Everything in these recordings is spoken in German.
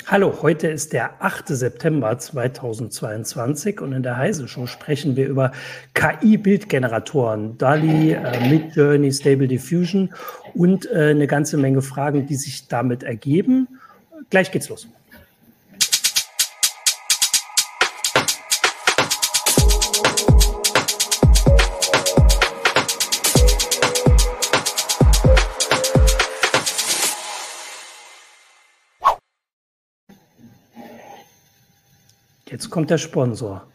Hallo, heute ist der 8. September 2022 und in der Heise Show sprechen wir über KI-Bildgeneratoren, DALL-E, Midjourney, Stable Diffusion und eine ganze Menge Fragen, die sich damit ergeben. Gleich geht's los. Jetzt kommt der Sponsor.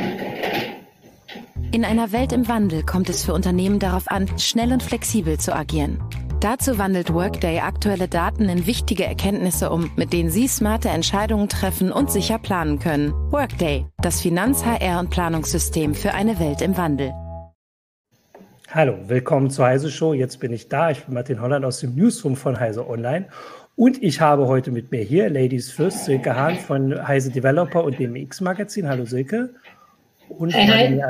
In einer Welt im Wandel kommt es für Unternehmen darauf an, schnell und flexibel zu agieren. Dazu wandelt Workday aktuelle Daten in wichtige Erkenntnisse um, mit denen Sie smarte Entscheidungen treffen und sicher planen können. Workday, das Finanz-, HR- und Planungssystem für eine Welt im Wandel. Hallo, willkommen zur Heise Show. Jetzt bin ich da. Ich bin Martin Holland aus dem Newsroom von Heise Online. Und ich habe heute mit mir hier Ladies First, Silke Hahn von Heise Developer und dem X-Magazin. Hallo Silke. Und Wladimir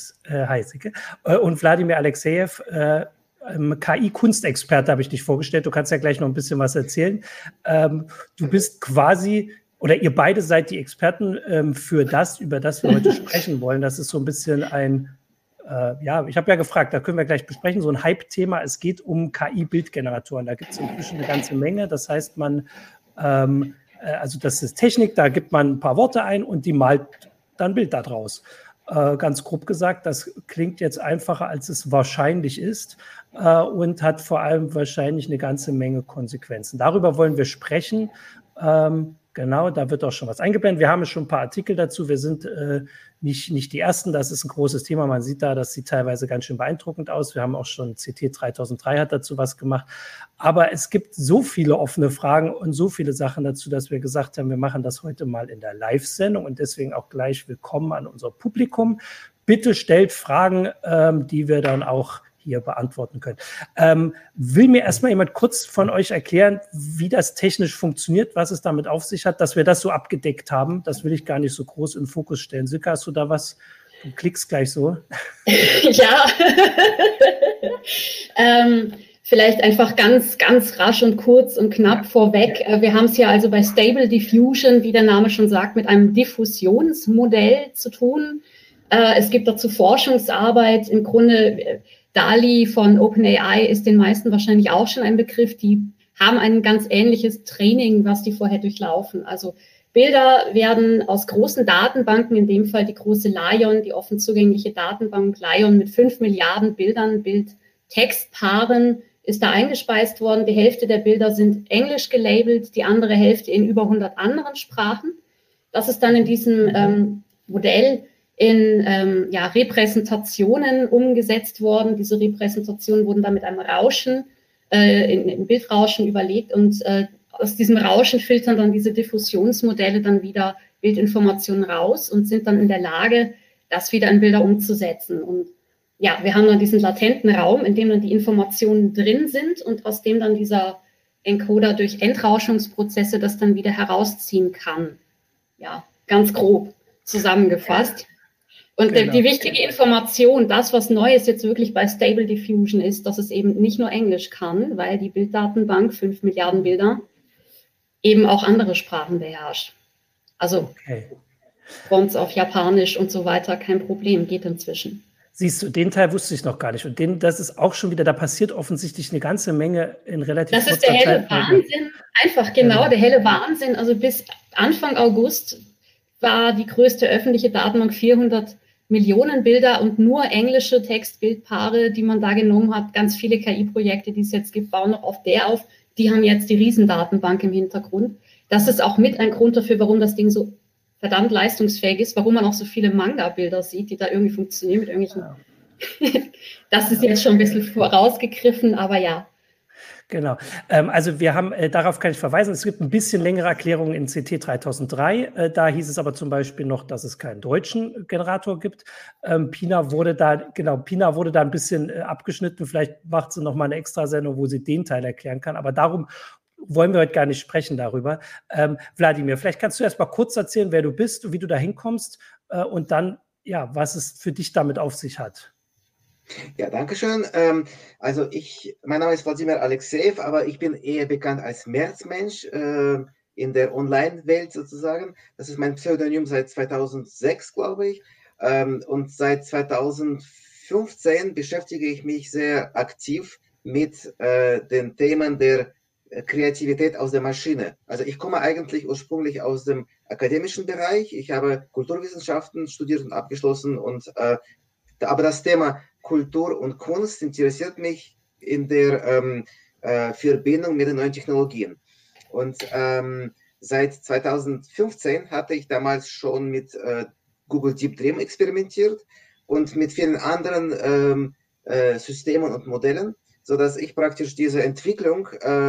Alexejew, KI-Kunstexperte, habe ich dich vorgestellt. Du kannst ja gleich noch ein bisschen was erzählen. Du bist quasi, oder ihr beide seid die Experten für das, über das wir heute sprechen wollen. Das ist so ein bisschen ein, ich habe ja gefragt, da können wir gleich besprechen, so ein Hype-Thema. Es geht um KI-Bildgeneratoren. Da gibt es inzwischen eine ganze Menge. Das heißt, also das ist Technik, da gibt man ein paar Worte ein und die malt dann ein Bild daraus. Ganz grob gesagt, das klingt jetzt einfacher, als es wahrscheinlich ist und hat vor allem wahrscheinlich eine ganze Menge Konsequenzen. Darüber wollen wir sprechen. Genau, da wird auch schon was eingeblendet. Wir haben schon ein paar Artikel dazu. Wir sind nicht die Ersten. Das ist ein großes Thema. Man sieht da, das sieht teilweise ganz schön beeindruckend aus. Wir haben auch schon CT 3003 hat dazu was gemacht. Aber es gibt so viele offene Fragen und so viele Sachen dazu, dass wir gesagt haben, wir machen das heute mal in der Live-Sendung und deswegen auch gleich willkommen an unser Publikum. Bitte stellt Fragen, die wir dann auch hier beantworten können. Will mir erstmal jemand kurz von euch erklären, wie das technisch funktioniert, was es damit auf sich hat, dass wir das so abgedeckt haben? Das will ich gar nicht so groß in den Fokus stellen. Silke, hast du da was? Du klickst gleich so. Ja. Vielleicht einfach ganz, ganz rasch und kurz und knapp vorweg. Wir haben es ja also bei Stable Diffusion, wie der Name schon sagt, mit einem Diffusionsmodell zu tun. Es gibt dazu Forschungsarbeit. Im Grunde DALL-E von OpenAI ist den meisten wahrscheinlich auch schon ein Begriff. Die haben ein ganz ähnliches Training, was die vorher durchlaufen. Also Bilder werden aus großen Datenbanken, in dem Fall die große Lion, die offen zugängliche Datenbank Lion mit 5 Milliarden Bildern, Bild-Text-Paaren ist da eingespeist worden. Die Hälfte der Bilder sind englisch gelabelt, die andere Hälfte in über 100 anderen Sprachen. Das ist dann in diesem Modell in Repräsentationen umgesetzt worden. Diese Repräsentationen wurden dann mit einem Rauschen, in Bildrauschen überlegt und aus diesem Rauschen filtern dann diese Diffusionsmodelle dann wieder Bildinformationen raus und sind dann in der Lage, das wieder in Bilder umzusetzen. Und ja, wir haben dann diesen latenten Raum, in dem dann die Informationen drin sind und aus dem dann dieser Encoder durch Entrauschungsprozesse das dann wieder herausziehen kann. Ja, ganz grob zusammengefasst. Und genau. Die wichtige Information, das, was neu ist jetzt wirklich bei Stable Diffusion ist, dass es eben nicht nur Englisch kann, weil die Bilddatenbank, 5 Milliarden Bilder, eben auch andere Sprachen beherrscht. Also Prompts auf Japanisch und so weiter, kein Problem, geht inzwischen. Siehst du, den Teil wusste ich noch gar nicht. Und das ist auch schon wieder, da passiert offensichtlich eine ganze Menge in relativ kurzer Zeit. Das ist der helle Wahnsinn, einfach genau, der helle Wahnsinn. Also bis Anfang August war die größte öffentliche Datenbank 400 Millionen Bilder und nur englische Text-Bildpaare, die man da genommen hat. Ganz viele KI-Projekte, die es jetzt gibt, bauen noch auf der auf. Die haben jetzt die Riesendatenbank im Hintergrund. Das ist auch mit ein Grund dafür, warum das Ding so verdammt leistungsfähig ist, warum man auch so viele Manga-Bilder sieht, die da irgendwie funktionieren mit irgendwelchen... Das ist jetzt schon ein bisschen vorausgegriffen, aber ja. Genau. Also wir haben, darauf kann ich verweisen, es gibt ein bisschen längere Erklärungen in CT 3003. Da hieß es aber zum Beispiel noch, dass es keinen deutschen Generator gibt. Pina wurde da ein bisschen abgeschnitten. Vielleicht macht sie noch mal eine Extrasendung, wo sie den Teil erklären kann. Aber darum wollen wir heute gar nicht sprechen darüber. Wladimir, vielleicht kannst du erst mal kurz erzählen, wer du bist, wie du da hinkommst und dann, ja, was es für dich damit auf sich hat. Ja, danke schön. Also mein Name ist Wladimir Alexejew, aber ich bin eher bekannt als Märzmensch. in der Online-Welt sozusagen. Das ist mein Pseudonym seit 2006, glaube ich. Und seit 2015 beschäftige ich mich sehr aktiv mit den Themen der Kreativität aus der Maschine. Also ich komme eigentlich ursprünglich aus dem akademischen Bereich. Ich habe Kulturwissenschaften studiert und abgeschlossen. Aber das Thema Kultur und Kunst interessiert mich in der Verbindung mit den neuen Technologien. Und seit 2015 hatte ich damals schon mit Google Deep Dream experimentiert und mit vielen anderen Systemen und Modellen, sodass ich praktisch diese Entwicklung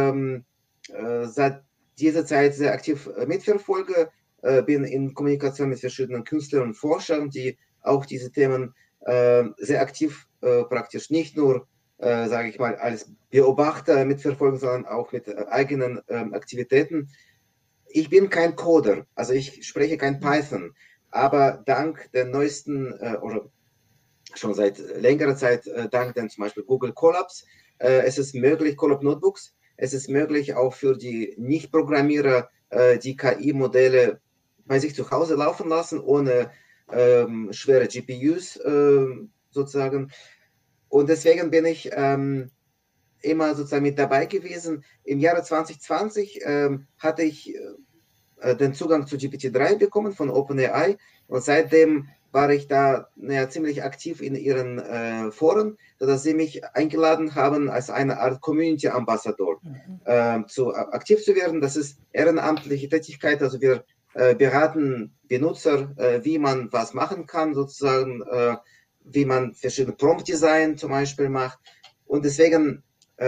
seit dieser Zeit sehr aktiv mitverfolge, bin in Kommunikation mit verschiedenen Künstlern und Forschern, die auch diese Themen sehr aktiv praktisch nicht nur, sage ich mal, als Beobachter mitverfolgen, sondern auch mit eigenen Aktivitäten. Ich bin kein Coder, also ich spreche kein Python, aber dank der neuesten oder schon seit längerer Zeit, dank den zum Beispiel Google Colabs, es ist möglich, Colab Notebooks, es ist möglich auch für die Nicht-Programmierer die KI-Modelle bei sich zu Hause laufen lassen, ohne schwere GPUs sozusagen. Und deswegen bin ich immer sozusagen mit dabei gewesen. Im Jahre 2020 hatte ich den Zugang zu GPT-3 bekommen von OpenAI und seitdem war ich da ziemlich aktiv in ihren Foren, sodass sie mich eingeladen haben, als eine Art Community Ambassador aktiv zu werden. Das ist ehrenamtliche Tätigkeit, also wir beraten Benutzer, wie man was machen kann, sozusagen, wie man verschiedene Prompt-Design zum Beispiel macht. Und deswegen,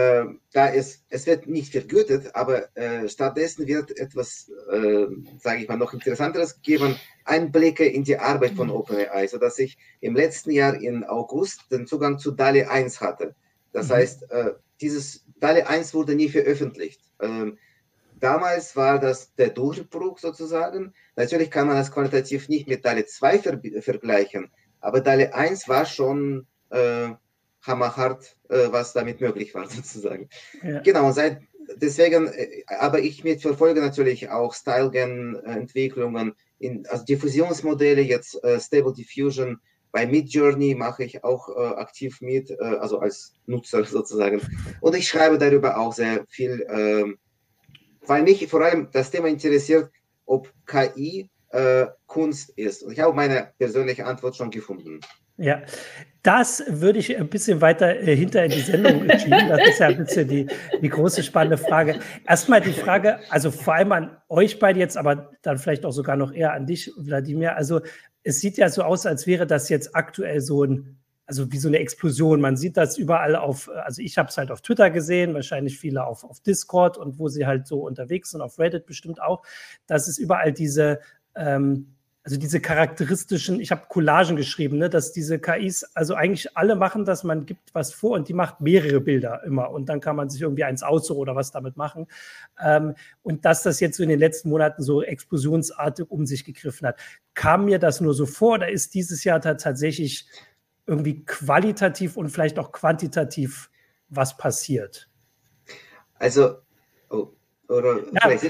es wird nicht vergütet, aber stattdessen wird etwas, sage ich mal, noch Interessanteres gegeben, Einblicke in die Arbeit von OpenAI, sodass ich im letzten Jahr im August den Zugang zu DALL-E 1 hatte. Das heißt, dieses DALL-E 1 wurde nie veröffentlicht. Damals war das der Durchbruch sozusagen. Natürlich kann man das qualitativ nicht mit DALL-E 2 vergleichen, aber DALL-E 1 war schon hammerhart, was damit möglich war sozusagen. Ja. Genau, deswegen, aber ich verfolge natürlich auch StyleGAN-Entwicklungen, also Diffusionsmodelle, jetzt Stable Diffusion. Bei Midjourney mache ich auch aktiv mit, also als Nutzer sozusagen. Und ich schreibe darüber auch sehr viel, weil mich vor allem das Thema interessiert, ob KI Kunst ist. Und ich habe meine persönliche Antwort schon gefunden. Ja, das würde ich ein bisschen weiter hinter in die Sendung schieben. Das ist ja ein bisschen die große spannende Frage. Erstmal die Frage, also vor allem an euch beide jetzt, aber dann vielleicht auch sogar noch eher an dich, Wladimir. Also es sieht ja so aus, als wäre das jetzt aktuell also wie so eine Explosion. Man sieht das überall also ich habe es halt auf Twitter gesehen, wahrscheinlich viele auf Discord und wo sie halt so unterwegs sind, auf Reddit bestimmt auch, dass es überall diese charakteristischen, ich habe Collagen geschrieben, ne, dass diese KIs, also eigentlich alle machen das, man gibt was vor und die macht mehrere Bilder immer und dann kann man sich irgendwie eins aussuchen oder was damit machen. Und dass das jetzt so in den letzten Monaten so explosionsartig um sich gegriffen hat. Kam mir das nur so vor oder ist dieses Jahr tatsächlich irgendwie qualitativ und vielleicht auch quantitativ was passiert? Also, oder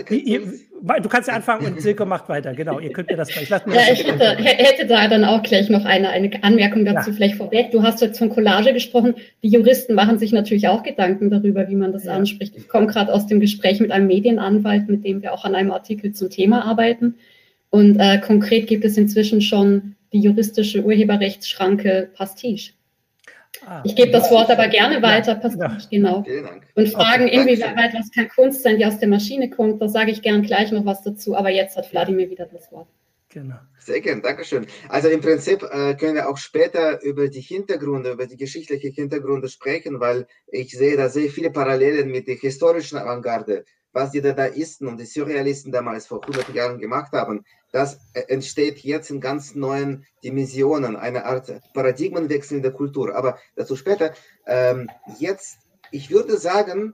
du kannst ja anfangen und Silke macht weiter. Genau, ihr könnt mir das gleich lassen. Ja, ich hätte da dann auch gleich noch eine Anmerkung dazu vielleicht vorweg. Du hast jetzt von Collage gesprochen. Die Juristen machen sich natürlich auch Gedanken darüber, wie man das anspricht. Ich komme gerade aus dem Gespräch mit einem Medienanwalt, mit dem wir auch an einem Artikel zum Thema arbeiten. Und konkret gibt es inzwischen schon die juristische Urheberrechtsschranke Pastiche. Ich gebe das Wort aber gerne weiter, Pastiche, genau. Vielen Dank. Und fragen, inwieweit was kann Kunst sein, die aus der Maschine kommt. Da sage ich gern gleich noch was dazu, aber jetzt hat Wladimir wieder das Wort. Genau. Sehr gern, Dankeschön. Also im Prinzip können wir auch später über die Hintergründe, über die geschichtlichen Hintergründe sprechen, weil ich sehe da sehr viele Parallelen mit der historischen Avantgarde. Was die Dadaisten und die Surrealisten damals vor 100 Jahren gemacht haben, das entsteht jetzt in ganz neuen Dimensionen, eine Art Paradigmenwechsel in der Kultur. Aber dazu später. Jetzt, ich würde sagen,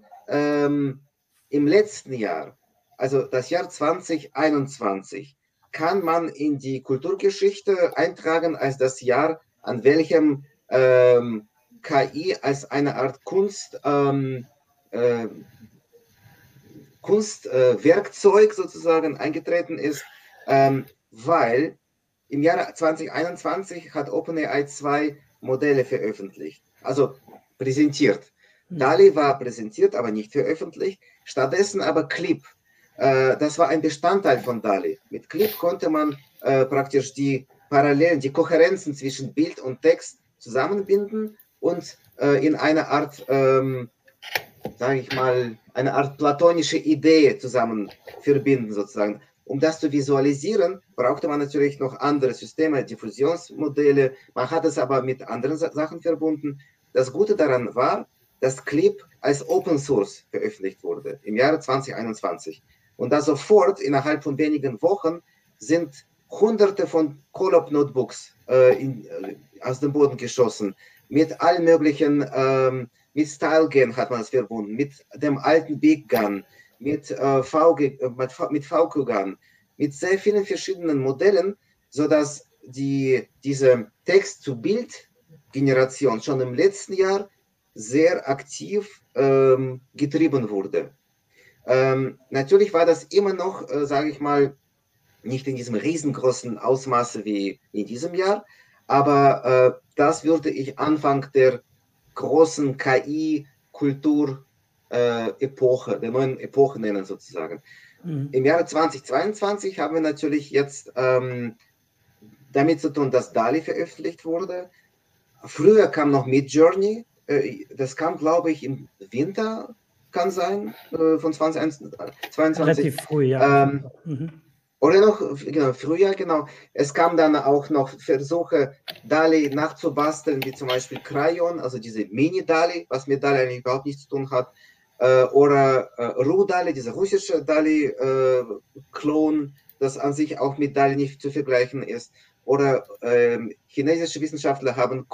im letzten Jahr, also das Jahr 2021, kann man in die Kulturgeschichte eintragen als das Jahr, an welchem KI als eine Art Kunstwerkzeug sozusagen eingetreten ist, weil im Jahre 2021 hat OpenAI 2 Modelle veröffentlicht, also präsentiert. DALL-E war präsentiert, aber nicht veröffentlicht. Stattdessen aber Clip. Das war ein Bestandteil von DALL-E. Mit Clip konnte man praktisch die Parallelen, die Kohärenzen zwischen Bild und Text zusammenbinden und in eine Art, sage ich mal, eine Art platonische Idee zusammen verbinden sozusagen. Um das zu visualisieren, brauchte man natürlich noch andere Systeme, Diffusionsmodelle. Man hat es aber mit anderen Sachen verbunden. Das Gute daran war, dass Clip als Open Source veröffentlicht wurde im Jahre 2021. Und da sofort, innerhalb von wenigen Wochen, sind Hunderte von Colab Notebooks aus dem Boden geschossen. Mit allen möglichen, mit StyleGAN hat man es verbunden, mit dem alten Big Gun, mit VQ-Gun, mit sehr vielen verschiedenen Modellen, sodass diese Text-zu-Bild-Generation schon im letzten Jahr sehr aktiv getrieben wurde. Natürlich war das immer noch, sage ich mal, nicht in diesem riesengroßen Ausmaße wie in diesem Jahr, aber das würde ich Anfang der großen KI-Kultur-Epoche, der neuen Epoche nennen sozusagen. Im Jahre 2022 haben wir natürlich jetzt damit zu tun, dass DALL-E veröffentlicht wurde. Früher kam noch Midjourney, das kam, glaube ich, im Winter, kann sein, von 2022. Relativ früh, ja. Oder noch, genau, Frühjahr, genau. Es kam dann auch noch Versuche, DALL-E nachzubasteln, wie zum Beispiel Crayon, also diese Mini-DALL-E, was mit DALL-E eigentlich überhaupt nichts zu tun hat. Oder Ru-DALL-E, dieser russische DALL-E-Klon, das an sich auch mit DALL-E nicht zu vergleichen ist. Oder chinesische Wissenschaftler haben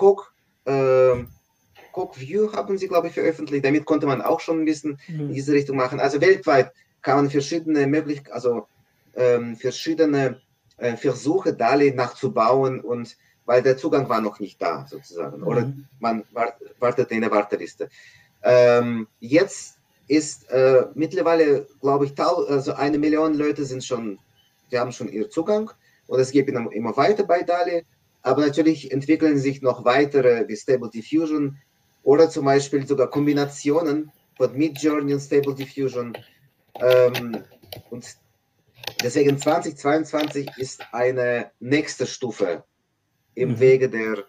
CoqView haben sie, glaube ich, veröffentlicht. Damit konnte man auch schon ein bisschen in diese Richtung machen. Also weltweit kann man verschiedene Möglichkeiten, also verschiedene Versuche, DALL-E nachzubauen, und weil der Zugang war noch nicht da, sozusagen. Oder man wartete in der Warteliste. Jetzt ist mittlerweile, glaube ich, also 1 Million Leute die haben schon ihren Zugang, und es geht immer weiter bei DALL-E. Aber natürlich entwickeln sich noch weitere wie Stable Diffusion oder zum Beispiel sogar Kombinationen von Midjourney und Stable Diffusion. Und deswegen 2022 ist eine nächste Stufe im Wege der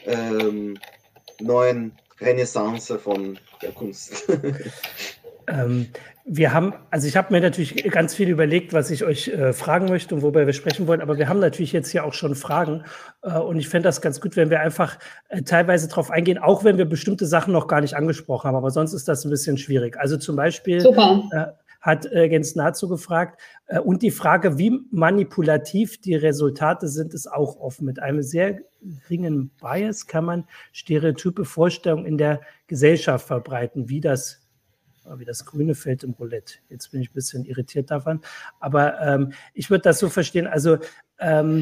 neuen Renaissance von der Kunst. Ich habe mir natürlich ganz viel überlegt, was ich euch fragen möchte und worüber wir sprechen wollen, aber wir haben natürlich jetzt hier auch schon Fragen, und ich fände das ganz gut, wenn wir einfach teilweise drauf eingehen, auch wenn wir bestimmte Sachen noch gar nicht angesprochen haben, aber sonst ist das ein bisschen schwierig. Also zum Beispiel hat Gens Nazo gefragt, und die Frage, wie manipulativ die Resultate sind, ist auch offen. Mit einem sehr geringen Bias kann man stereotype Vorstellungen in der Gesellschaft verbreiten, wie das grüne Feld im Roulette. Jetzt bin ich ein bisschen irritiert davon. Aber ich würde das so verstehen, um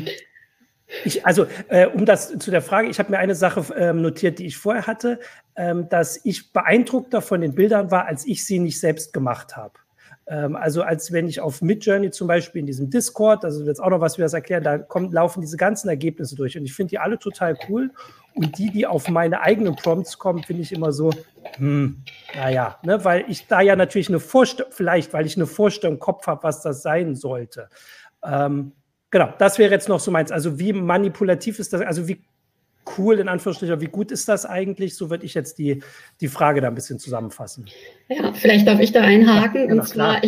das zu der Frage, ich habe mir eine Sache notiert, die ich vorher hatte, dass ich beeindruckter von den Bildern war, als ich sie nicht selbst gemacht habe. Also als wenn ich auf Midjourney zum Beispiel in diesem Discord, also jetzt auch noch was wir das erklären, da laufen diese ganzen Ergebnisse durch, und ich finde die alle total cool, und die auf meine eigenen Prompts kommen, finde ich immer so, naja, ne, weil ich da ja natürlich weil ich eine Vorstellung im Kopf habe, was das sein sollte. Genau, das wäre jetzt noch so meins. Also wie manipulativ ist das, also wie cool, in Anführungsstrichen, wie gut ist das eigentlich? So würde ich jetzt die Frage da ein bisschen zusammenfassen. Ja, vielleicht darf ich da einhaken. Und zwar,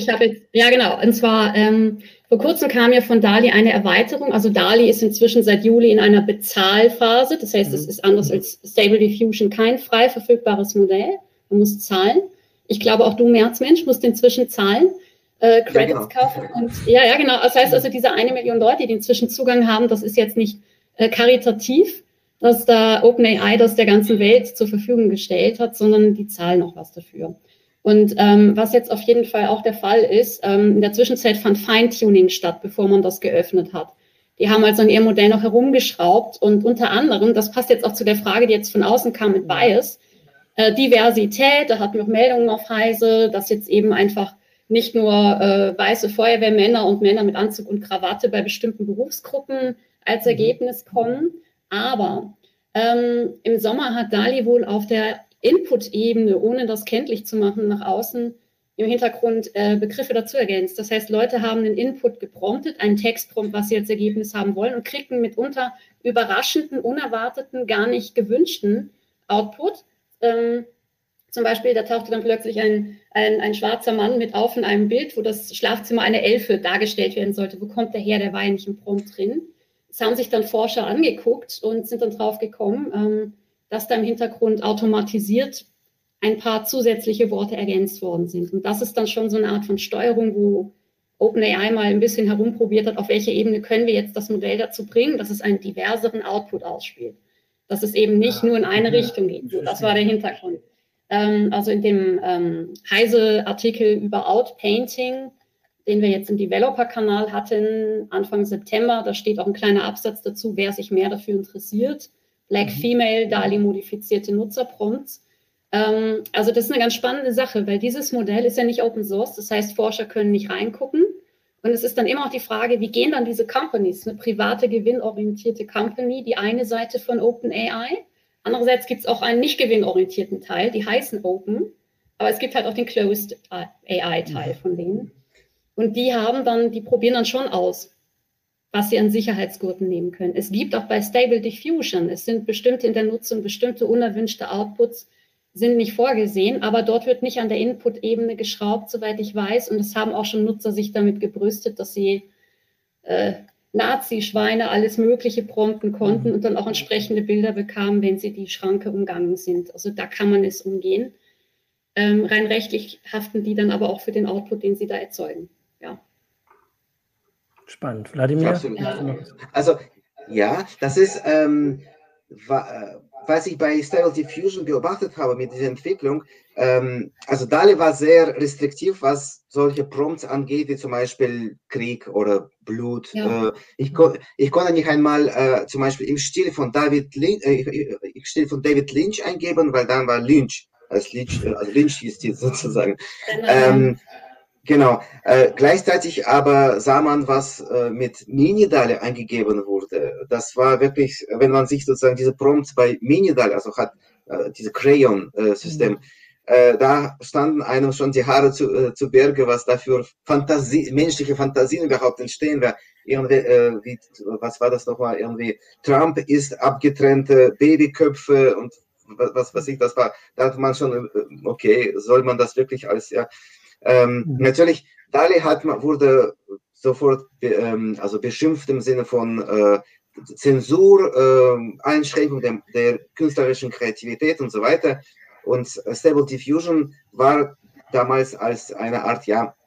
vor kurzem kam ja von DALL-E eine Erweiterung. Also DALL-E ist inzwischen seit Juli in einer Bezahlphase. Das heißt, es ist anders als Stable Diffusion kein frei verfügbares Modell. Man muss zahlen. Ich glaube, auch du Märzmensch musst inzwischen zahlen, Credits kaufen. Und, genau. Das heißt also, diese 1 Million Leute, die inzwischen Zugang haben, das ist jetzt nicht karitativ, dass da OpenAI das der ganzen Welt zur Verfügung gestellt hat, sondern die zahlen auch was dafür. Und was jetzt auf jeden Fall auch der Fall ist, in der Zwischenzeit fand Feintuning statt, bevor man das geöffnet hat. Die haben also an ihrem Modell noch herumgeschraubt, und unter anderem, das passt jetzt auch zu der Frage, die jetzt von außen kam mit Bias, Diversität, da hatten wir auch Meldungen auf Heise, dass jetzt eben einfach nicht nur weiße Feuerwehrmänner und Männer mit Anzug und Krawatte bei bestimmten Berufsgruppen als Ergebnis kommen. Aber im Sommer hat DALL-E wohl auf der Input-Ebene, ohne das kenntlich zu machen nach außen, im Hintergrund Begriffe dazu ergänzt. Das heißt, Leute haben einen Input gepromptet, einen Textprompt, was sie als Ergebnis haben wollen und kriegen mitunter überraschenden, unerwarteten, gar nicht gewünschten Output. Zum Beispiel, da tauchte dann plötzlich ein schwarzer Mann mit auf in einem Bild, wo das Schlafzimmer einer Elfe dargestellt werden sollte. Wo kommt der her? Der war ja nicht im Prompt drin. Das haben sich dann Forscher angeguckt und sind dann drauf gekommen, dass da im Hintergrund automatisiert ein paar zusätzliche Worte ergänzt worden sind. Und das ist dann schon so eine Art von Steuerung, wo OpenAI mal ein bisschen herumprobiert hat, auf welcher Ebene können wir jetzt das Modell dazu bringen, dass es einen diverseren Output ausspielt. Dass es eben nicht nur in eine Richtung geht. So, das war der Hintergrund. Also in dem Heise-Artikel über Outpainting, den wir jetzt im Developer-Kanal hatten, Anfang September, da steht auch ein kleiner Absatz dazu, wer sich mehr dafür interessiert. Black Female, DALL-E-modifizierte Nutzerprompts. Also das ist eine ganz spannende Sache, weil dieses Modell ist ja nicht Open Source, das heißt, Forscher können nicht reingucken. Und es ist dann immer auch die Frage, wie gehen dann diese Companies, eine private, gewinnorientierte Company, die eine Seite von OpenAI. Andererseits gibt es auch einen nicht gewinnorientierten Teil, die heißen Open, aber es gibt halt auch den Closed AI-Teil von denen. Und die probieren dann schon aus, was sie an Sicherheitsgurten nehmen können. Es gibt auch bei Stable Diffusion, es sind bestimmte in der Nutzung, bestimmte unerwünschte Outputs sind nicht vorgesehen, aber dort wird nicht an der Input-Ebene geschraubt, soweit ich weiß. Und es haben auch schon Nutzer sich damit gebrüstet, dass sie Nazi-Schweine, alles Mögliche prompten konnten und dann auch entsprechende Bilder bekamen, wenn sie die Schranke umgangen sind. Also da kann man es umgehen. Rein rechtlich haften die dann aber auch für den Output, den sie da erzeugen. Ja. Spannend. Wladimir? Ja. Also, ja, das ist, was ich bei Stable Diffusion beobachtet habe mit dieser Entwicklung. Also DALL-E war sehr restriktiv, was solche Prompts angeht, wie zum Beispiel Krieg oder Blut. Ja. Ich konnte nicht einmal zum Beispiel im Stil von David Lynch eingeben, weil dann war Lynch, also Lynch-Justiz sozusagen. Genau. Gleichzeitig aber sah man, was mit Mini-DALL-E eingegeben wurde. Das war wirklich, wenn man sich sozusagen diese Prompts bei Mini-DALL-E, also hat diese Crayon-System, da standen einem schon die Haare zu Berge, was da für menschliche Fantasien überhaupt entstehen. Was war das nochmal? Irgendwie Trump isst abgetrennte Babyköpfe und was weiß ich, das war, da hat man schon, okay, soll man das wirklich als, ja, natürlich, DALL-E wurde sofort beschimpft im Sinne von Zensur, Einschränkung der künstlerischen Kreativität und so weiter. Und Stable Diffusion war damals als eine Art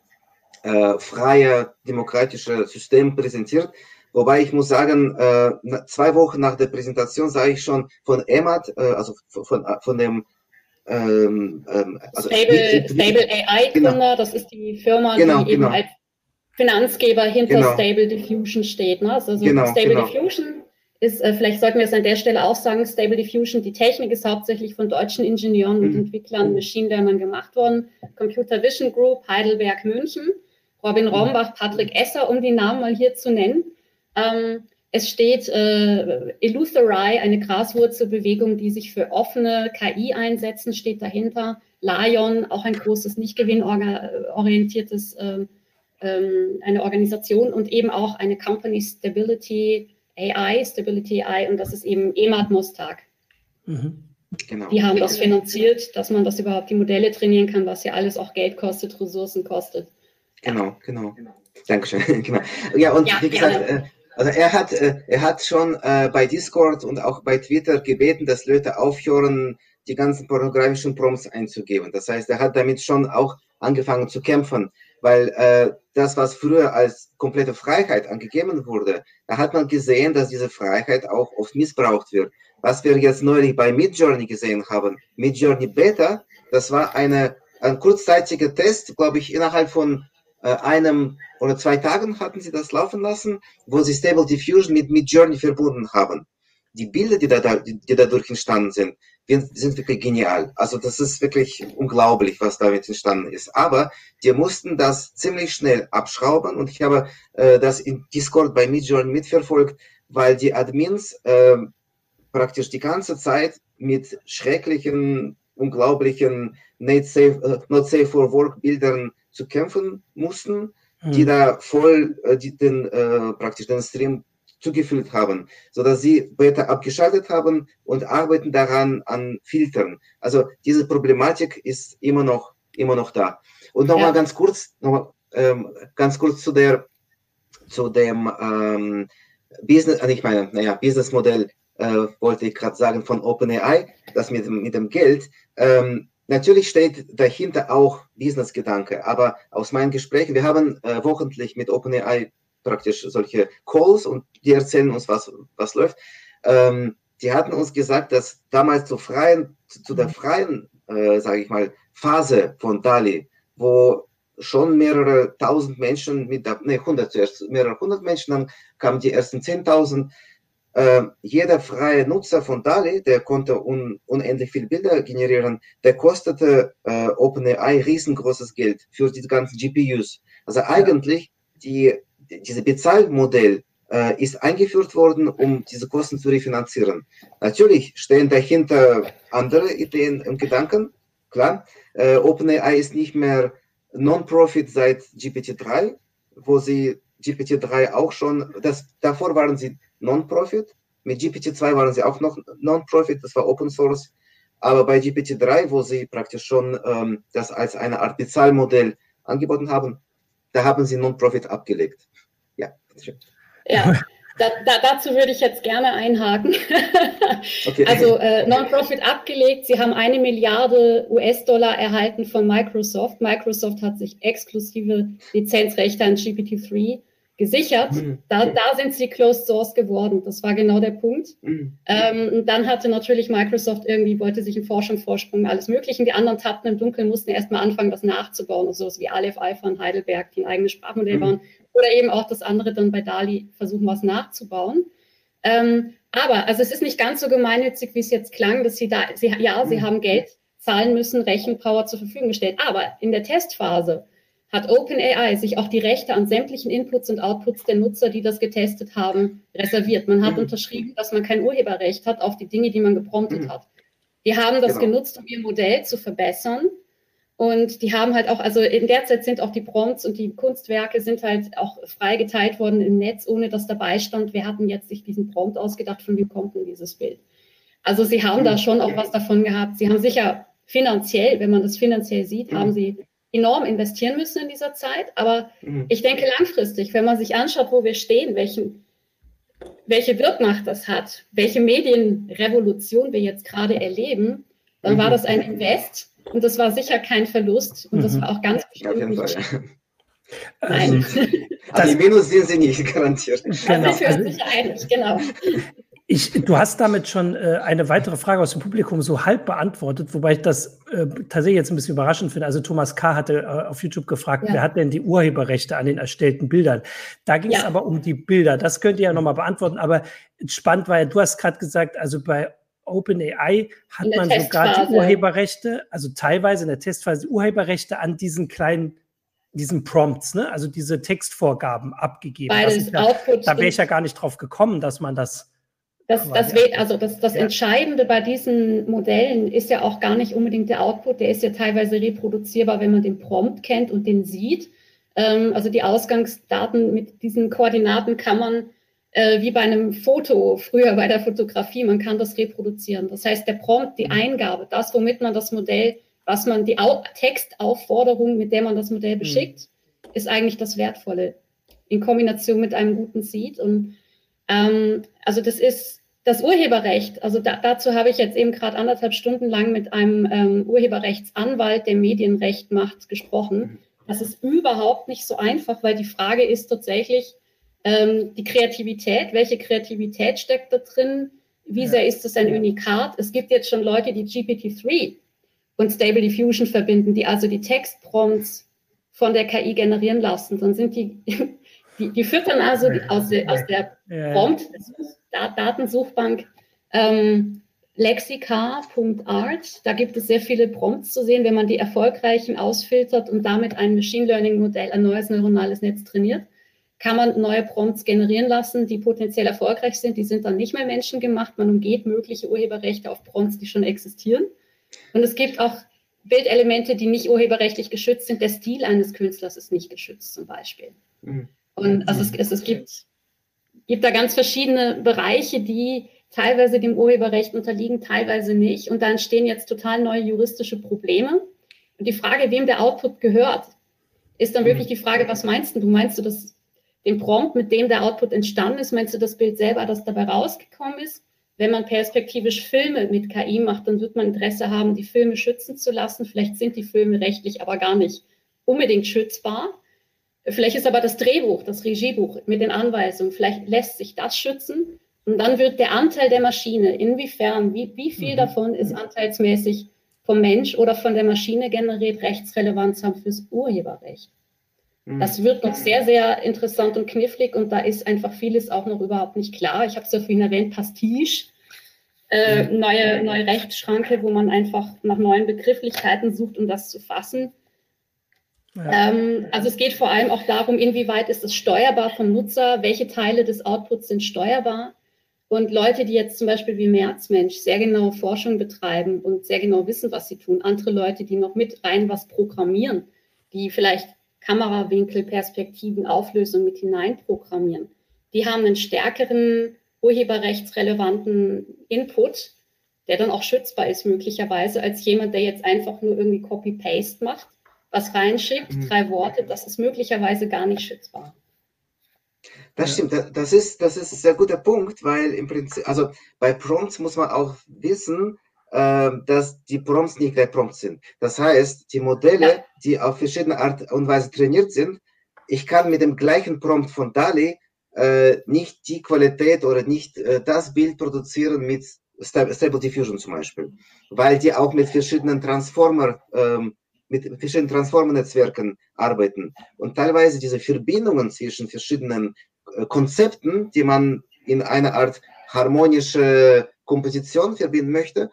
freie demokratische System präsentiert. Wobei ich muss sagen, 2 Wochen nach der Präsentation sah ich schon von Emad, also von dem Stable AI-Gründer, genau. Das ist die Firma, die eben als Finanzgeber hinter Stable Diffusion steht. Ne? Also Stable Diffusion ist, vielleicht sollten wir es an der Stelle auch sagen, Stable Diffusion, die Technik ist hauptsächlich von deutschen Ingenieuren und Entwicklern, Machine Learnern gemacht worden. Computer Vision Group, Heidelberg, München, Robin Rombach, Patrick Esser, um die Namen mal hier zu nennen. Es steht Eleutheri, eine Graswurzelbewegung, die sich für offene KI einsetzen, steht dahinter. Lion, auch ein großes, nicht gewinnorientiertes, eine Organisation und eben auch eine Company Stability AI, und das ist eben Emad Mostak. Genau. Die haben das finanziert, dass man das überhaupt die Modelle trainieren kann, was ja alles auch Geld kostet, Ressourcen kostet. Genau. Dankeschön. Genau. Ja, und wie gesagt, also er hat schon bei Discord und auch bei Twitter gebeten, dass Leute aufhören, die ganzen pornografischen Prompts einzugeben. Das heißt, er hat damit schon auch angefangen zu kämpfen, weil das, was früher als komplette Freiheit angegeben wurde, da hat man gesehen, dass diese Freiheit auch oft missbraucht wird. Was wir jetzt neulich bei Midjourney gesehen haben, Midjourney Beta, das war ein kurzzeitiger Test, glaube ich, innerhalb von 1 oder 2 Tagen hatten sie das laufen lassen, wo sie Stable Diffusion mit Midjourney verbunden haben. die Bilder, die dadurch entstanden sind wirklich genial. Also das ist wirklich unglaublich, was damit entstanden ist. Aber die mussten das ziemlich schnell abschrauben und ich habe das in Discord bei Midjourney mitverfolgt, weil die Admins praktisch die ganze Zeit mit schrecklichen, unglaublichen not safe for work Bildern zu kämpfen mussten, die da voll praktisch den Stream zugefüllt haben, sodass sie Beta abgeschaltet haben und arbeiten daran an Filtern. Also diese Problematik ist immer noch da. Und nochmal ganz kurz zu dem Businessmodell wollte ich gerade sagen von OpenAI, das mit dem Geld. Natürlich steht dahinter auch Business-Gedanke, aber aus meinen Gesprächen, wir haben wochentlich mit OpenAI praktisch solche Calls und die erzählen uns, was läuft. Die hatten uns gesagt, dass damals zu der freien, sage ich mal, Phase von DALL-E, wo schon mehrere tausend Menschen mehrere hundert Menschen, dann kamen die ersten 10.000. Jeder freie Nutzer von DALL-E, der konnte unendlich viele Bilder generieren, der kostete OpenAI riesengroßes Geld für die ganzen GPUs. Also eigentlich dieses Bezahlmodell ist eingeführt worden, um diese Kosten zu refinanzieren. Natürlich stehen dahinter andere Ideen und Gedanken. Klar, OpenAI ist nicht mehr Non-Profit seit GPT-3, wo sie GPT-3 auch schon, davor waren sie Non-Profit, mit GPT-2 waren sie auch noch Non-Profit, das war Open Source, aber bei GPT-3, wo sie praktisch schon das als eine Art Bezahlmodell angeboten haben, da haben sie Non-Profit abgelegt. Ja, bitteschön. Ja, dazu würde ich jetzt gerne einhaken. Okay. Also Non-Profit abgelegt. Sie haben 1 Milliarde US-Dollar erhalten von Microsoft. Microsoft hat sich exklusive Lizenzrechte an GPT-3 gesichert. Da sind sie Closed Source geworden. Das war genau der Punkt. Und dann hatte natürlich Microsoft wollte sich in Forschung vorsprungen, alles Mögliche. Die anderen tappten im Dunkeln, mussten erstmal anfangen, das nachzubauen. Also sowas wie Aleph Alpha und Heidelberg, die ein eigenes Sprachmodell bauen. Oder eben auch das andere dann bei DALL-E versuchen, was nachzubauen. Aber also es ist nicht ganz so gemeinnützig, wie es jetzt klang, dass sie haben Geld zahlen müssen, Rechenpower zur Verfügung gestellt. Aber in der Testphase hat OpenAI sich auch die Rechte an sämtlichen Inputs und Outputs der Nutzer, die das getestet haben, reserviert. Man hat unterschrieben, dass man kein Urheberrecht hat auf die Dinge, die man gepromptet hat. Die haben das genutzt, um ihr Modell zu verbessern. Und die haben halt auch, also in der Zeit sind auch die Prompts und die Kunstwerke sind halt auch frei geteilt worden im Netz, ohne dass dabei stand, wer hat denn jetzt sich diesen Prompt ausgedacht, von wem kommt denn dieses Bild. Also sie haben da schon auch was davon gehabt. Sie haben sicher finanziell, wenn man das finanziell sieht, haben sie enorm investieren müssen in dieser Zeit. Aber ich denke langfristig, wenn man sich anschaut, wo wir stehen, welche Wirkmacht das hat, welche Medienrevolution wir jetzt gerade erleben, dann war das ein Invest. Und das war sicher kein Verlust und das war auch ganz bestimmt nicht. Nein. Also die Minus sind sie nicht garantiert. Genau. Das ist sicher einig, genau. Du hast damit schon eine weitere Frage aus dem Publikum so halb beantwortet, wobei ich das tatsächlich jetzt ein bisschen überraschend finde. Also Thomas K. hatte auf YouTube gefragt, wer hat denn die Urheberrechte an den erstellten Bildern? Da ging es aber um die Bilder. Das könnt ihr ja nochmal beantworten. Aber spannend war ja, du hast gerade gesagt, also bei OpenAI hat man sogar die Urheberrechte, also teilweise in der Testphase die Urheberrechte an diesen Prompts, ne? Also diese Textvorgaben abgegeben. Da wäre ich ja gar nicht drauf gekommen, dass man das. Das Entscheidende bei diesen Modellen ist ja auch gar nicht unbedingt der Output, der ist ja teilweise reproduzierbar, wenn man den Prompt kennt und den sieht. Also die Ausgangsdaten mit diesen Koordinaten kann man wie bei einem Foto, früher bei der Fotografie, man kann das reproduzieren. Das heißt, der Prompt, die Eingabe, das, womit man das Modell, die Textaufforderung, mit der man das Modell beschickt, ist eigentlich das Wertvolle in Kombination mit einem guten Seed. Und also das ist das Urheberrecht. Also dazu habe ich jetzt eben gerade 1,5 Stunden lang mit einem Urheberrechtsanwalt, der Medienrecht macht, gesprochen. Das ist überhaupt nicht so einfach, weil die Frage ist tatsächlich, die Kreativität, welche Kreativität steckt da drin, wie sehr ist das ein Unikat? Es gibt jetzt schon Leute, die GPT-3 und Stable Diffusion verbinden, die also die Textprompts von der KI generieren lassen. Dann sind die füttern also aus der Prompt-Datensuchbank Lexika.art, da gibt es sehr viele Prompts zu sehen, wenn man die erfolgreichen ausfiltert und damit ein Machine Learning Modell, ein neues neuronales Netz trainiert, kann man neue Prompts generieren lassen, die potenziell erfolgreich sind. Die sind dann nicht mehr menschengemacht. Man umgeht mögliche Urheberrechte auf Prompts, die schon existieren. Und es gibt auch Bildelemente, die nicht urheberrechtlich geschützt sind. Der Stil eines Künstlers ist nicht geschützt zum Beispiel. Und also es gibt da ganz verschiedene Bereiche, die teilweise dem Urheberrecht unterliegen, teilweise nicht. Und da entstehen jetzt total neue juristische Probleme. Und die Frage, wem der Output gehört, ist dann wirklich die Frage, was meinst du? Meinst du das, den Prompt, mit dem der Output entstanden ist? Meinst du das Bild selber, das dabei rausgekommen ist? Wenn man perspektivisch Filme mit KI macht, dann wird man Interesse haben, die Filme schützen zu lassen. Vielleicht sind die Filme rechtlich aber gar nicht unbedingt schützbar. Vielleicht ist aber das Drehbuch, das Regiebuch mit den Anweisungen, vielleicht lässt sich das schützen. Und dann wird der Anteil der Maschine, inwiefern, wie viel davon ist anteilsmäßig vom Mensch oder von der Maschine generiert, Rechtsrelevanz haben fürs Urheberrecht. Das wird noch sehr, sehr interessant und knifflig und da ist einfach vieles auch noch überhaupt nicht klar. Ich habe es ja vorhin erwähnt, Pastiche, neue Rechtsschranke, wo man einfach nach neuen Begrifflichkeiten sucht, um das zu fassen. Ja. Also es geht vor allem auch darum, inwieweit ist es steuerbar vom Nutzer, welche Teile des Outputs sind steuerbar. Und Leute, die jetzt zum Beispiel wie Merzmensch sehr genau Forschung betreiben und sehr genau wissen, was sie tun, andere Leute, die noch mit rein was programmieren, die vielleicht Kamerawinkel, Perspektiven, Auflösung mit hineinprogrammieren, die haben einen stärkeren urheberrechtsrelevanten Input, der dann auch schützbar ist möglicherweise, als jemand, der jetzt einfach nur irgendwie Copy-Paste macht, was reinschickt, 3 Worte, das ist möglicherweise gar nicht schützbar. Das stimmt, das ist ein sehr guter Punkt, weil im Prinzip, also bei Prompts muss man auch wissen, dass die Prompts nicht gleich Prompts sind. Das heißt, die Modelle, die auf verschiedene Art und Weise trainiert sind, ich kann mit dem gleichen Prompt von DALL-E nicht die Qualität oder nicht das Bild produzieren mit Stable Diffusion zum Beispiel, weil die auch mit verschiedenen Transformer-Netzwerken arbeiten. Und teilweise diese Verbindungen zwischen verschiedenen Konzepten, die man in eine Art harmonische Komposition verbinden möchte,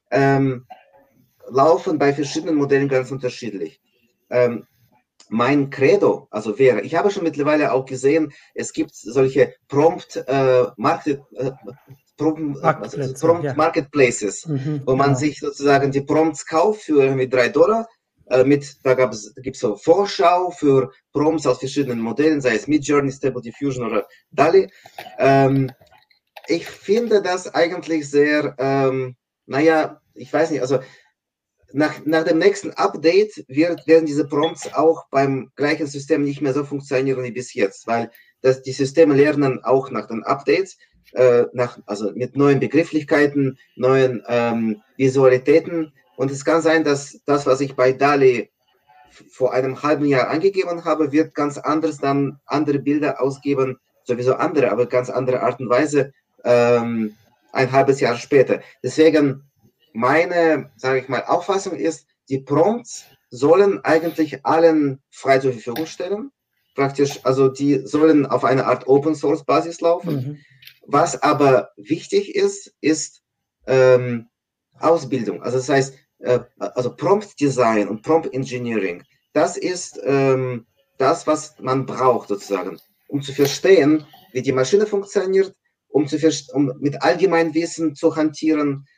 laufen bei verschiedenen Modellen ganz unterschiedlich. Mein Credo, also wäre, ich habe schon mittlerweile auch gesehen, es gibt solche Prompt-Marketplaces, wo man sich sozusagen die Prompts kauft für mit $3. Da gibt es so Vorschau für Prompts aus verschiedenen Modellen, sei es Midjourney, Stable Diffusion oder DALL-E. Ich finde das eigentlich sehr, ich weiß nicht, also nach dem nächsten Update werden diese Prompts auch beim gleichen System nicht mehr so funktionieren wie bis jetzt, weil die Systeme lernen auch nach den Updates, also mit neuen Begrifflichkeiten, neuen Visualitäten. Und es kann sein, dass das, was ich bei DALL-E vor einem halben Jahr angegeben habe, wird ganz anders dann andere Bilder ausgeben, sowieso andere, aber ganz andere Art und Weise ein halbes Jahr später. Deswegen meine, sage ich mal, Auffassung ist, die Prompts sollen eigentlich allen frei zur Verfügung stellen. Praktisch, also die sollen auf eine Art Open-Source-Basis laufen. Was aber wichtig ist Ausbildung. Also das heißt, also Prompt-Design und Prompt-Engineering, das ist das, was man braucht sozusagen, um zu verstehen, wie die Maschine funktioniert, um mit Allgemeinwissen zu hantieren,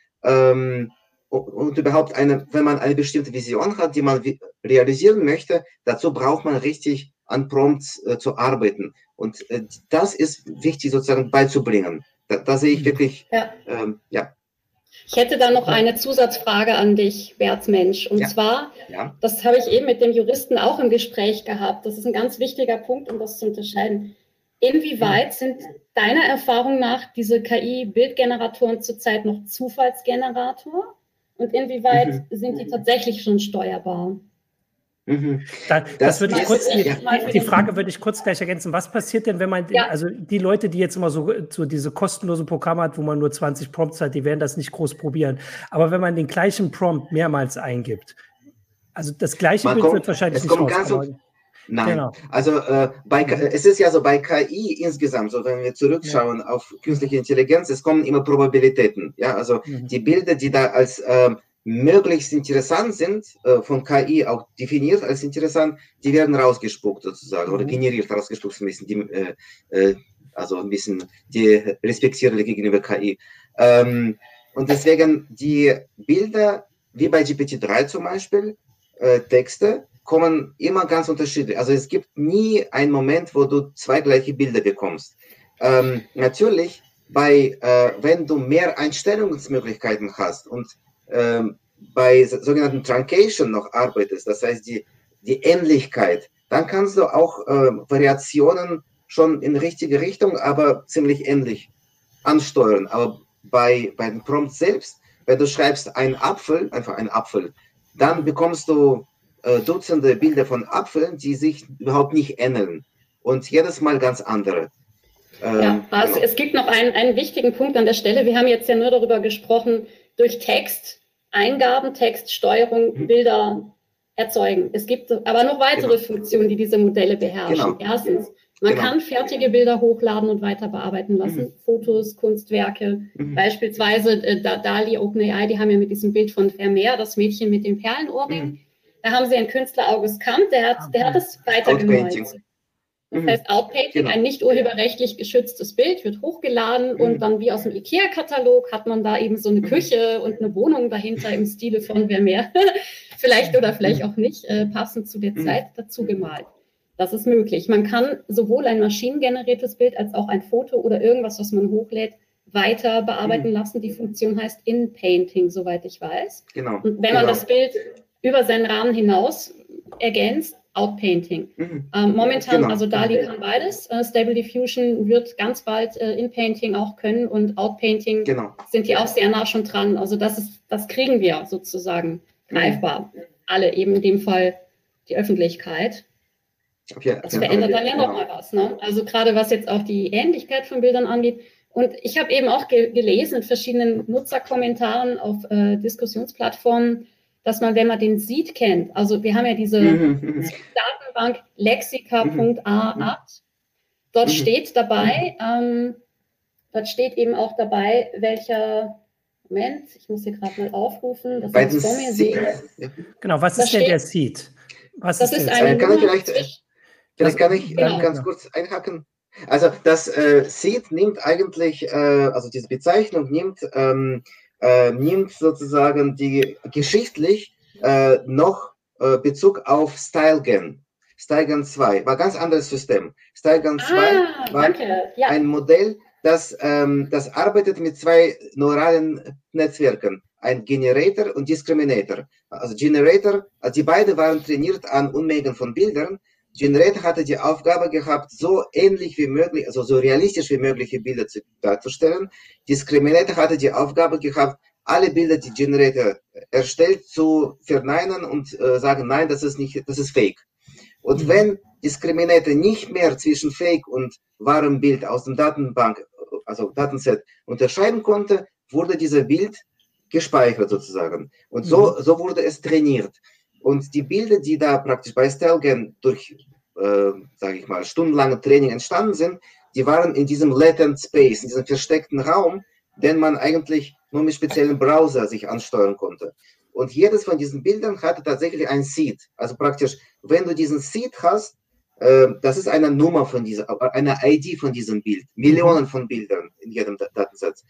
und überhaupt wenn man eine bestimmte Vision hat, die man realisieren möchte, dazu braucht man richtig an Prompts zu arbeiten. Und das ist wichtig sozusagen beizubringen. Da sehe ich wirklich, Ich hätte da noch eine Zusatzfrage an dich, Merzmensch. Und zwar, das habe ich eben mit dem Juristen auch im Gespräch gehabt. Das ist ein ganz wichtiger Punkt, um das zu unterscheiden. Inwieweit sind deiner Erfahrung nach diese KI-Bildgeneratoren zurzeit noch Zufallsgenerator? Und inwieweit sind die tatsächlich schon steuerbar? Das würde ich kurz, die Frage würde ich kurz gleich ergänzen. Was passiert denn, wenn man, also die Leute, die jetzt immer so diese kostenlose Programme hat, wo man nur 20 Prompts hat, die werden das nicht groß probieren. Aber wenn man den gleichen Prompt mehrmals eingibt, also das gleiche Bild wird wahrscheinlich nicht rauskommen. Nein, Genau. also es ist ja so bei KI insgesamt, so wenn wir zurückschauen auf künstliche Intelligenz, es kommen immer Probabilitäten. Ja, also die Bilder, die da als möglichst interessant sind, von KI auch definiert als interessant, die werden rausgespuckt sozusagen oder generiert, rausgespuckt, also ein bisschen die respektierende gegenüber KI. Und deswegen die Bilder, wie bei GPT-3 zum Beispiel, Texte, kommen immer ganz unterschiedlich. Also es gibt nie einen Moment, wo du zwei gleiche Bilder bekommst. Natürlich, wenn du mehr Einstellungsmöglichkeiten hast und bei sogenannten Truncation noch arbeitest, das heißt die Ähnlichkeit, dann kannst du auch Variationen schon in richtige Richtung, aber ziemlich ähnlich ansteuern. Aber bei dem Prompt selbst, wenn du schreibst ein Apfel, einfach ein Apfel, dann bekommst du Dutzende Bilder von Apfeln, die sich überhaupt nicht ähneln und jedes Mal ganz andere. Ja, also genau. Es gibt noch einen wichtigen Punkt an der Stelle. Wir haben jetzt ja nur darüber gesprochen, durch Text, Eingaben, Textsteuerung, Bilder erzeugen. Es gibt aber noch weitere Funktionen, die diese Modelle beherrschen. Erstens, man kann fertige Bilder hochladen und weiter bearbeiten lassen. Fotos, Kunstwerke, beispielsweise DALL-E, OpenAI, die haben ja mit diesem Bild von Vermeer, das Mädchen mit dem Perlenohrring, da haben sie einen Künstler, August Kamp, der hat es weitergemalt. Das heißt, Outpainting, ein nicht urheberrechtlich geschütztes Bild, wird hochgeladen und dann wie aus dem IKEA-Katalog hat man da eben so eine Küche und eine Wohnung dahinter im Stile von Vermeer. Vielleicht oder vielleicht auch nicht, passend zu der Zeit dazu gemalt. Das ist möglich. Man kann sowohl ein maschinengeneriertes Bild als auch ein Foto oder irgendwas, was man hochlädt, weiter bearbeiten lassen. Die Funktion heißt In-Painting, soweit ich weiß. Genau. Und wenn man das Bild über seinen Rahmen hinaus ergänzt, Outpainting. Momentan, also DALL-E kann beides. Stable Diffusion wird ganz bald In-Painting auch können und Outpainting sind die auch sehr nah schon dran. Also das kriegen wir sozusagen greifbar. Alle, eben in dem Fall die Öffentlichkeit. Das verändert dann ja nochmal was. Ne? Also gerade was jetzt auch die Ähnlichkeit von Bildern angeht. Und ich habe eben auch gelesen in verschiedenen Nutzerkommentaren auf Diskussionsplattformen, dass man, wenn man den Seed kennt, also wir haben ja diese Datenbank lexica.art, dort steht dabei, dort steht eben auch dabei, welcher, Moment, ich muss hier gerade mal aufrufen, dass ich es vor mir sehe. Genau, was ist denn der Seed? Das ist eine Vielleicht kann ich ganz kurz einhaken. Also das Seed nimmt eigentlich, also diese Bezeichnung nimmt sozusagen die geschichtlich noch Bezug auf StyleGAN. StyleGAN 2 war ein ganz anderes System. StyleGAN 2 war ein Modell, das arbeitet mit zwei neuralen Netzwerken, ein Generator und Discriminator. Also Generator, die beide waren trainiert an Unmengen von Bildern. Generator hatte die Aufgabe gehabt, so ähnlich wie möglich, also so realistisch wie mögliche Bilder darzustellen. Discriminator hatte die Aufgabe gehabt, alle Bilder, die Generator erstellt, zu verneinen und sagen, nein, das ist Fake. Und wenn Discriminator nicht mehr zwischen Fake und wahrem Bild aus dem Datenbank, also Datenset, unterscheiden konnte, wurde dieses Bild gespeichert sozusagen. Und so wurde es trainiert. Und die Bilder, die da praktisch bei StyleGAN durch, sage ich mal, stundenlange Training entstanden sind, die waren in diesem latent space, in diesem versteckten Raum, den man eigentlich nur mit speziellen Browser sich ansteuern konnte. Und jedes von diesen Bildern hatte tatsächlich ein Seed. Also praktisch, wenn du diesen Seed hast, das ist eine Nummer von eine ID von diesem Bild. Millionen von Bildern in jedem Datensatz.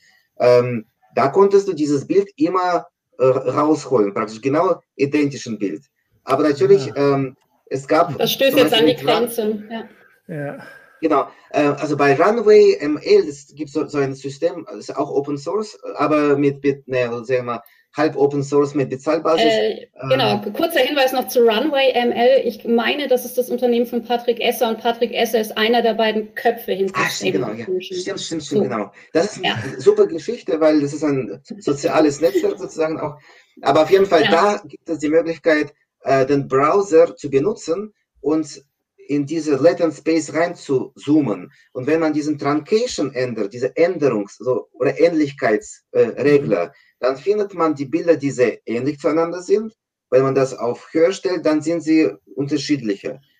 Da konntest du dieses Bild immer rausholen, praktisch genau identischen Bild. Aber natürlich, es gab... Das stößt jetzt an die Grenze. Ja. Genau, also bei Runway ML, es gibt so ein System, das ist auch Open Source, aber mit sagen wir mal, halb Open Source mit Bezahlbasis. Genau, kurzer Hinweis noch zu Runway ML. Ich meine, das ist das Unternehmen von Patrick Esser und Patrick Esser ist einer der beiden Köpfe hinter Genau, ja. Stimmt, so. Genau. Das ist eine super Geschichte, weil das ist ein soziales Netzwerk sozusagen auch. Aber auf jeden Fall, da gibt es die Möglichkeit, den Browser zu benutzen und in diese Latent Space rein zu zoomen. Und wenn man diesen Truncation ändert, diese oder Ähnlichkeitsregler, dann findet man die Bilder, die sehr ähnlich zueinander sind. Wenn man das auf höher stellt, dann sind sie unterschiedlicher.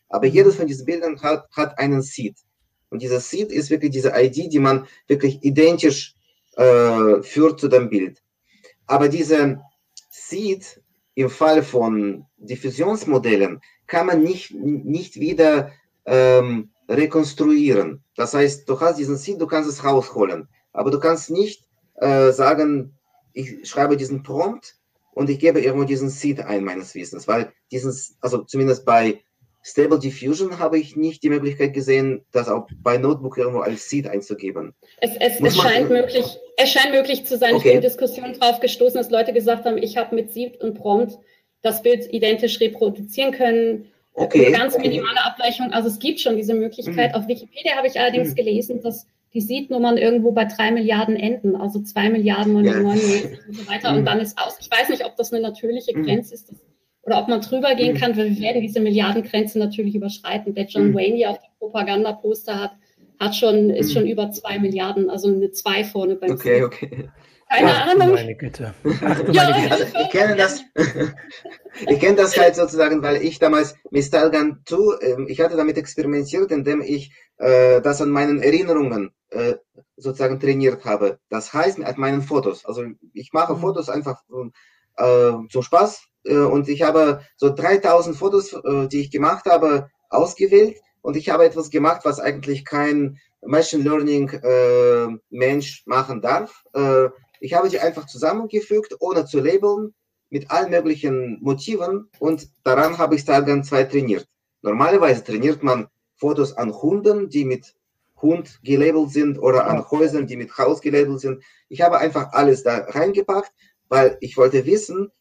Aber jedes von diesen Bildern hat einen Seed. Und dieser Seed ist wirklich diese ID, die man wirklich identisch führt zu dem Bild. Aber diese Seed im Fall von Diffusionsmodellen kann man nicht wieder rekonstruieren. Das heißt, du hast diesen Seed, du kannst es rausholen. Aber du kannst nicht sagen, ich schreibe diesen Prompt und ich gebe irgendwo diesen Seed ein, meines Wissens. Weil also zumindest bei Stable Diffusion habe ich nicht die Möglichkeit gesehen, das auch bei Notebook irgendwo als Seed einzugeben. Es scheint möglich zu sein. Okay. Ich bin in Diskussionen drauf gestoßen, dass Leute gesagt haben, ich habe mit Seed und Prompt das Bild identisch reproduzieren können. Okay. Eine ganz minimale Abweichung. Also es gibt schon diese Möglichkeit. Auf Wikipedia habe ich allerdings gelesen, dass die Seed-Nummern irgendwo bei 3 Milliarden enden, also 2 Milliarden 999 und so weiter. Und dann ist aus. Ich weiß nicht, ob das eine natürliche Grenze ist, oder ob man drüber gehen kann, weil wir werden diese Milliardengrenze natürlich überschreiten. Der John Wayne hier auf dem Propagandaposter ist schon über 2 Milliarden, also eine 2 vorne beim Okay. Keine Ahnung. Meine Güte. Ich kenne das halt sozusagen, weil ich damals mit StyleGun 2, ich hatte damit experimentiert, indem ich das an meinen Erinnerungen sozusagen trainiert habe. Das heißt, mit meinen Fotos. Also ich mache Fotos einfach zum Spaß. Und ich habe so 3000 Fotos, die ich gemacht habe, ausgewählt. Und ich habe etwas gemacht, was eigentlich kein Machine Learning Mensch machen darf. Ich habe die einfach zusammengefügt, ohne zu labeln, mit allen möglichen Motiven. Und daran habe ich StyleGun 2 trainiert. Normalerweise trainiert man Fotos an Hunden, die mit Hund gelabelt sind, oder an Häusern, die mit Haus gelabelt sind. Ich habe einfach alles da reingepackt, weil ich wollte wissen,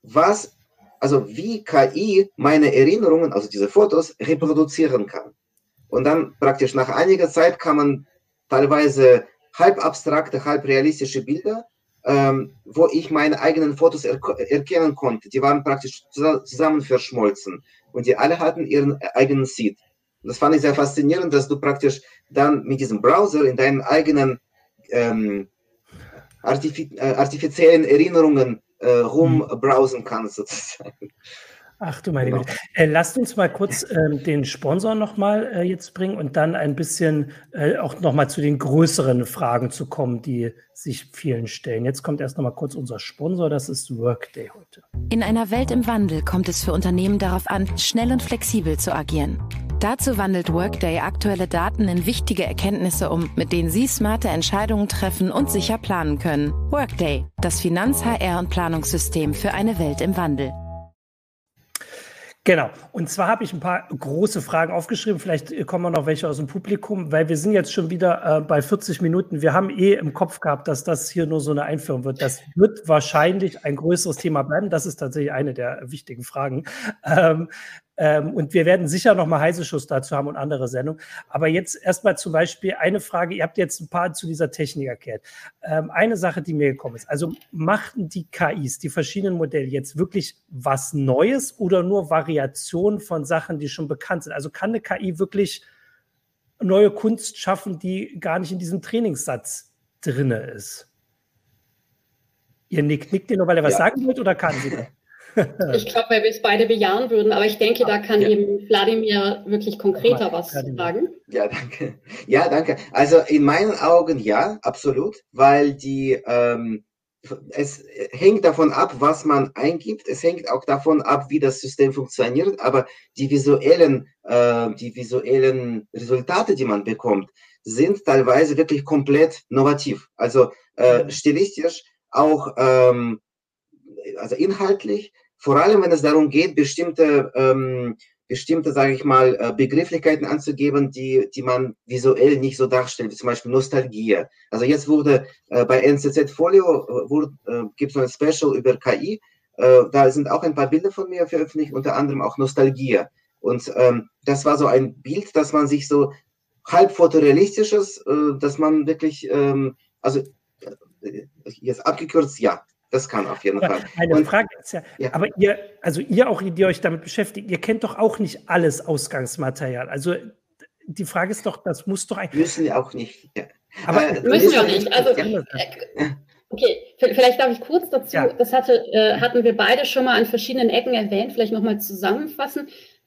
wie KI meine Erinnerungen, also diese Fotos, reproduzieren kann. Und dann praktisch nach einiger Zeit kann man teilweise halb abstrakte, halb realistische Bilder, wo ich meine eigenen Fotos erkennen konnte. Die waren praktisch zusammen verschmolzen. Und die alle hatten ihren eigenen Seed. Und das fand ich sehr faszinierend, dass du praktisch dann mit diesem Browser in deinen eigenen artifiziellen Erinnerungen rumbrowsen kannst, sozusagen. Ach du meine Güte. Lasst uns mal kurz den Sponsor nochmal jetzt bringen und dann ein bisschen auch nochmal zu den größeren Fragen zu kommen, die sich vielen stellen. Jetzt kommt erst nochmal kurz unser Sponsor, das ist Workday heute. In einer Welt im Wandel kommt es für Unternehmen darauf an, schnell und flexibel zu agieren. Dazu wandelt Workday aktuelle Daten in wichtige Erkenntnisse um, mit denen Sie smarte Entscheidungen treffen und sicher planen können. Workday, das Finanz-, HR- und Planungssystem für eine Welt im Wandel. Genau. Und zwar habe ich ein paar große Fragen aufgeschrieben. Vielleicht kommen noch welche aus dem Publikum, weil wir sind jetzt schon wieder bei 40 Minuten. Wir haben im Kopf gehabt, dass das hier nur so eine Einführung wird. Das wird wahrscheinlich ein größeres Thema bleiben. Das ist tatsächlich eine der wichtigen Fragen. Und wir werden sicher noch mal Heise-Schuss dazu haben und andere Sendungen. Aber jetzt erstmal zum Beispiel eine Frage. Ihr habt jetzt ein paar zu dieser Technik erklärt. Eine Sache, die mir gekommen ist. Also machten die KIs, die verschiedenen Modelle jetzt wirklich was Neues oder nur Variationen von Sachen, die schon bekannt sind? Also kann eine KI wirklich neue Kunst schaffen, die gar nicht in diesem Trainingssatz drin ist? Ihr nickt ihr nur, weil ihr was sagen wollt, oder kann sie das? Ich glaube, weil wir es beide bejahen würden, aber ich denke, da kann eben Wladimir wirklich konkreter was sagen. Ja, danke. Ja, danke. Also in meinen Augen ja, absolut, weil es hängt davon ab, was man eingibt. Es hängt auch davon ab, wie das System funktioniert. Aber die visuellen Resultate, die man bekommt, sind teilweise wirklich komplett innovativ. Also stilistisch, auch also inhaltlich. Vor allem, wenn es darum geht, bestimmte, sage ich mal, Begrifflichkeiten anzugeben, die man visuell nicht so darstellt, wie zum Beispiel Nostalgie. Also jetzt wurde bei NZZ Folio gibt es so ein Special über KI. Da sind auch ein paar Bilder von mir veröffentlicht, unter anderem auch Nostalgie. Und das war so ein Bild, dass man sich so halb fotorealistisches, dass man wirklich, also jetzt abgekürzt, ja. Das kann auf jeden Fall. Meine Frage ist ja, aber ihr auch, die euch damit beschäftigt, ihr kennt doch auch nicht alles Ausgangsmaterial. Also die Frage ist doch, das muss doch eigentlich... Müssen wir auch nicht. Ja. Aber müssen wir auch nicht. Also, okay, vielleicht darf ich kurz dazu, das hatten wir beide schon mal an verschiedenen Ecken erwähnt, vielleicht nochmal zusammenfassen.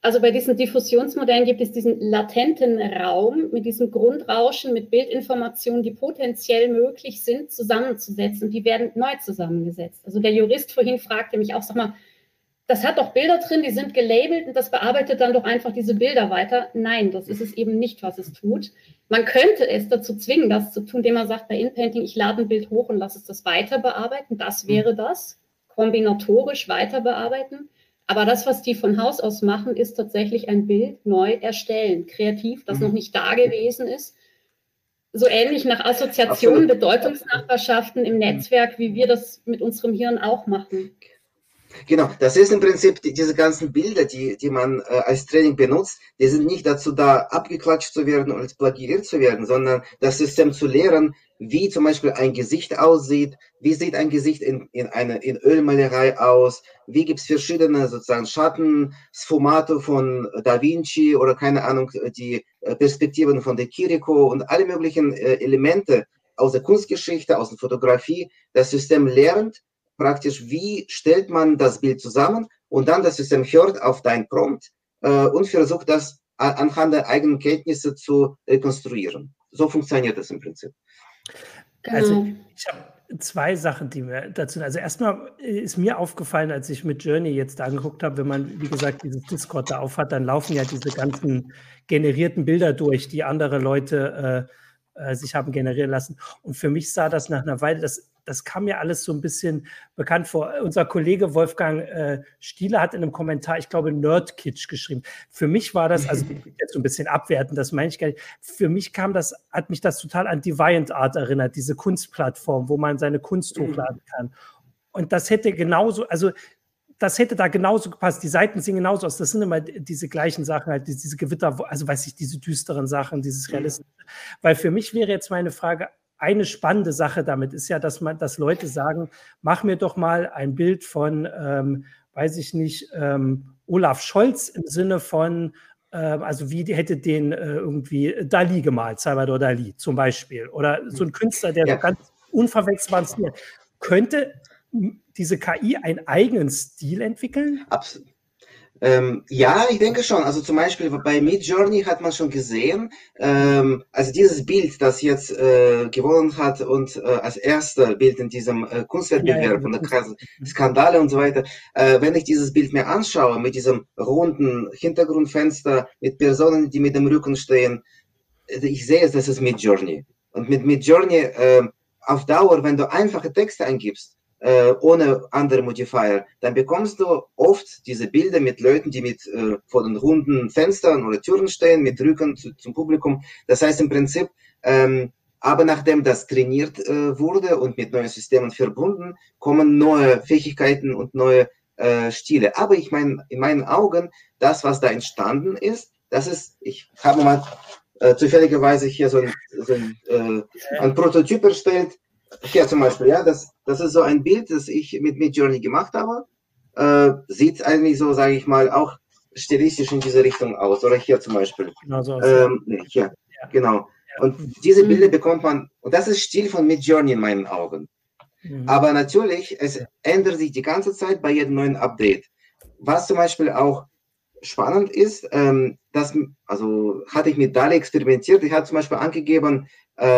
Also bei diesen Diffusionsmodellen gibt es diesen latenten Raum mit diesem Grundrauschen, mit Bildinformationen, die potenziell möglich sind, zusammenzusetzen. Und die werden neu zusammengesetzt. Also der Jurist vorhin fragte mich auch, sag mal, das hat doch Bilder drin, die sind gelabelt und das bearbeitet dann doch einfach diese Bilder weiter. Nein, das ist es eben nicht, was es tut. Man könnte es dazu zwingen, das zu tun, indem man sagt, bei InPainting, ich lade ein Bild hoch und lasse es das weiter bearbeiten. Das wäre das, kombinatorisch weiter bearbeiten. Aber das, was die von Haus aus machen, ist tatsächlich ein Bild neu erstellen, kreativ, das noch nicht da gewesen ist. So ähnlich nach Assoziationen, Bedeutungsnachbarschaften im Netzwerk, wie wir das mit unserem Hirn auch machen. Genau, das ist im Prinzip diese ganzen Bilder, die man als Training benutzt, die sind nicht dazu da, abgeklatscht zu werden oder plagiiert zu werden, sondern das System zu lehren, wie zum Beispiel ein Gesicht aussieht, wie sieht ein Gesicht in Ölmalerei aus, wie gibt es verschiedene sozusagen Schatten, Sfumato von Da Vinci oder keine Ahnung, die Perspektiven von De Chirico und alle möglichen Elemente aus der Kunstgeschichte, aus der Fotografie. Das System lernt praktisch, wie stellt man das Bild zusammen und dann das System hört auf dein Prompt und versucht das anhand der eigenen Kenntnisse zu rekonstruieren. So funktioniert das im Prinzip. Also ich habe zwei Sachen, die mir dazu... Also erstmal ist mir aufgefallen, als ich mit Journey jetzt angeguckt habe, wenn man, wie gesagt, dieses Discord da aufhat, dann laufen ja diese ganzen generierten Bilder durch, die andere Leute sich haben generieren lassen. Und für mich sah das nach einer Weile, das kam mir alles so ein bisschen bekannt vor. Unser Kollege Wolfgang Stieler hat in einem Kommentar, ich glaube, Nerdkitsch geschrieben. Für mich war das, also jetzt so ein bisschen abwertend, das meine ich gar nicht. Für mich hat mich das total an DeviantArt erinnert, diese Kunstplattform, wo man seine Kunst hochladen kann. Und das hätte genauso, also das hätte da genauso gepasst. Die Seiten sehen genauso aus. Das sind immer diese gleichen Sachen, halt diese Gewitter, also weiß ich, diese düsteren Sachen, dieses Realistische. Weil für mich wäre jetzt meine Frage, eine spannende Sache damit ist ja, dass Leute sagen, mach mir doch mal ein Bild von, weiß ich nicht, Olaf Scholz im Sinne von, also wie hätte den irgendwie Dalí gemalt, Salvador Dalí zum Beispiel. Oder so ein Künstler, der so ganz unverwechselbaren Stil hat. Könnte diese KI einen eigenen Stil entwickeln? Absolut. Ja, ich denke schon. Also zum Beispiel bei Midjourney hat man schon gesehen, also dieses Bild, das jetzt gewonnen hat und als erster Bild in diesem Kunstwettbewerb und Skandale und so weiter, wenn ich dieses Bild mir anschaue mit diesem runden Hintergrundfenster, mit Personen, die mit dem Rücken stehen, ich sehe, das ist Midjourney. Und mit Midjourney auf Dauer, wenn du einfache Texte eingibst, ohne andere Modifier, dann bekommst du oft diese Bilder mit Leuten, die vor den runden Fenstern oder Türen stehen, mit Rücken zum Publikum. Das heißt im Prinzip, aber nachdem das trainiert wurde und mit neuen Systemen verbunden, kommen neue Fähigkeiten und neue Stile. Aber ich meine, in meinen Augen, das, was da entstanden ist, das ist, ich habe mal zufälligerweise hier so ein Prototyp erstellt. Hier zum Beispiel, ja, das ist so ein Bild, das ich mit Midjourney gemacht habe. Sieht eigentlich so, sage ich mal, auch stilistisch in diese Richtung aus. Oder hier zum Beispiel. Genau so. Hier, genau. Und diese Bilder bekommt man, und das ist Stil von Midjourney in meinen Augen. Aber natürlich, es ändert sich die ganze Zeit bei jedem neuen Update. Was zum Beispiel auch spannend ist, also hatte ich mit DALL-E experimentiert. Ich hatte zum Beispiel angegeben,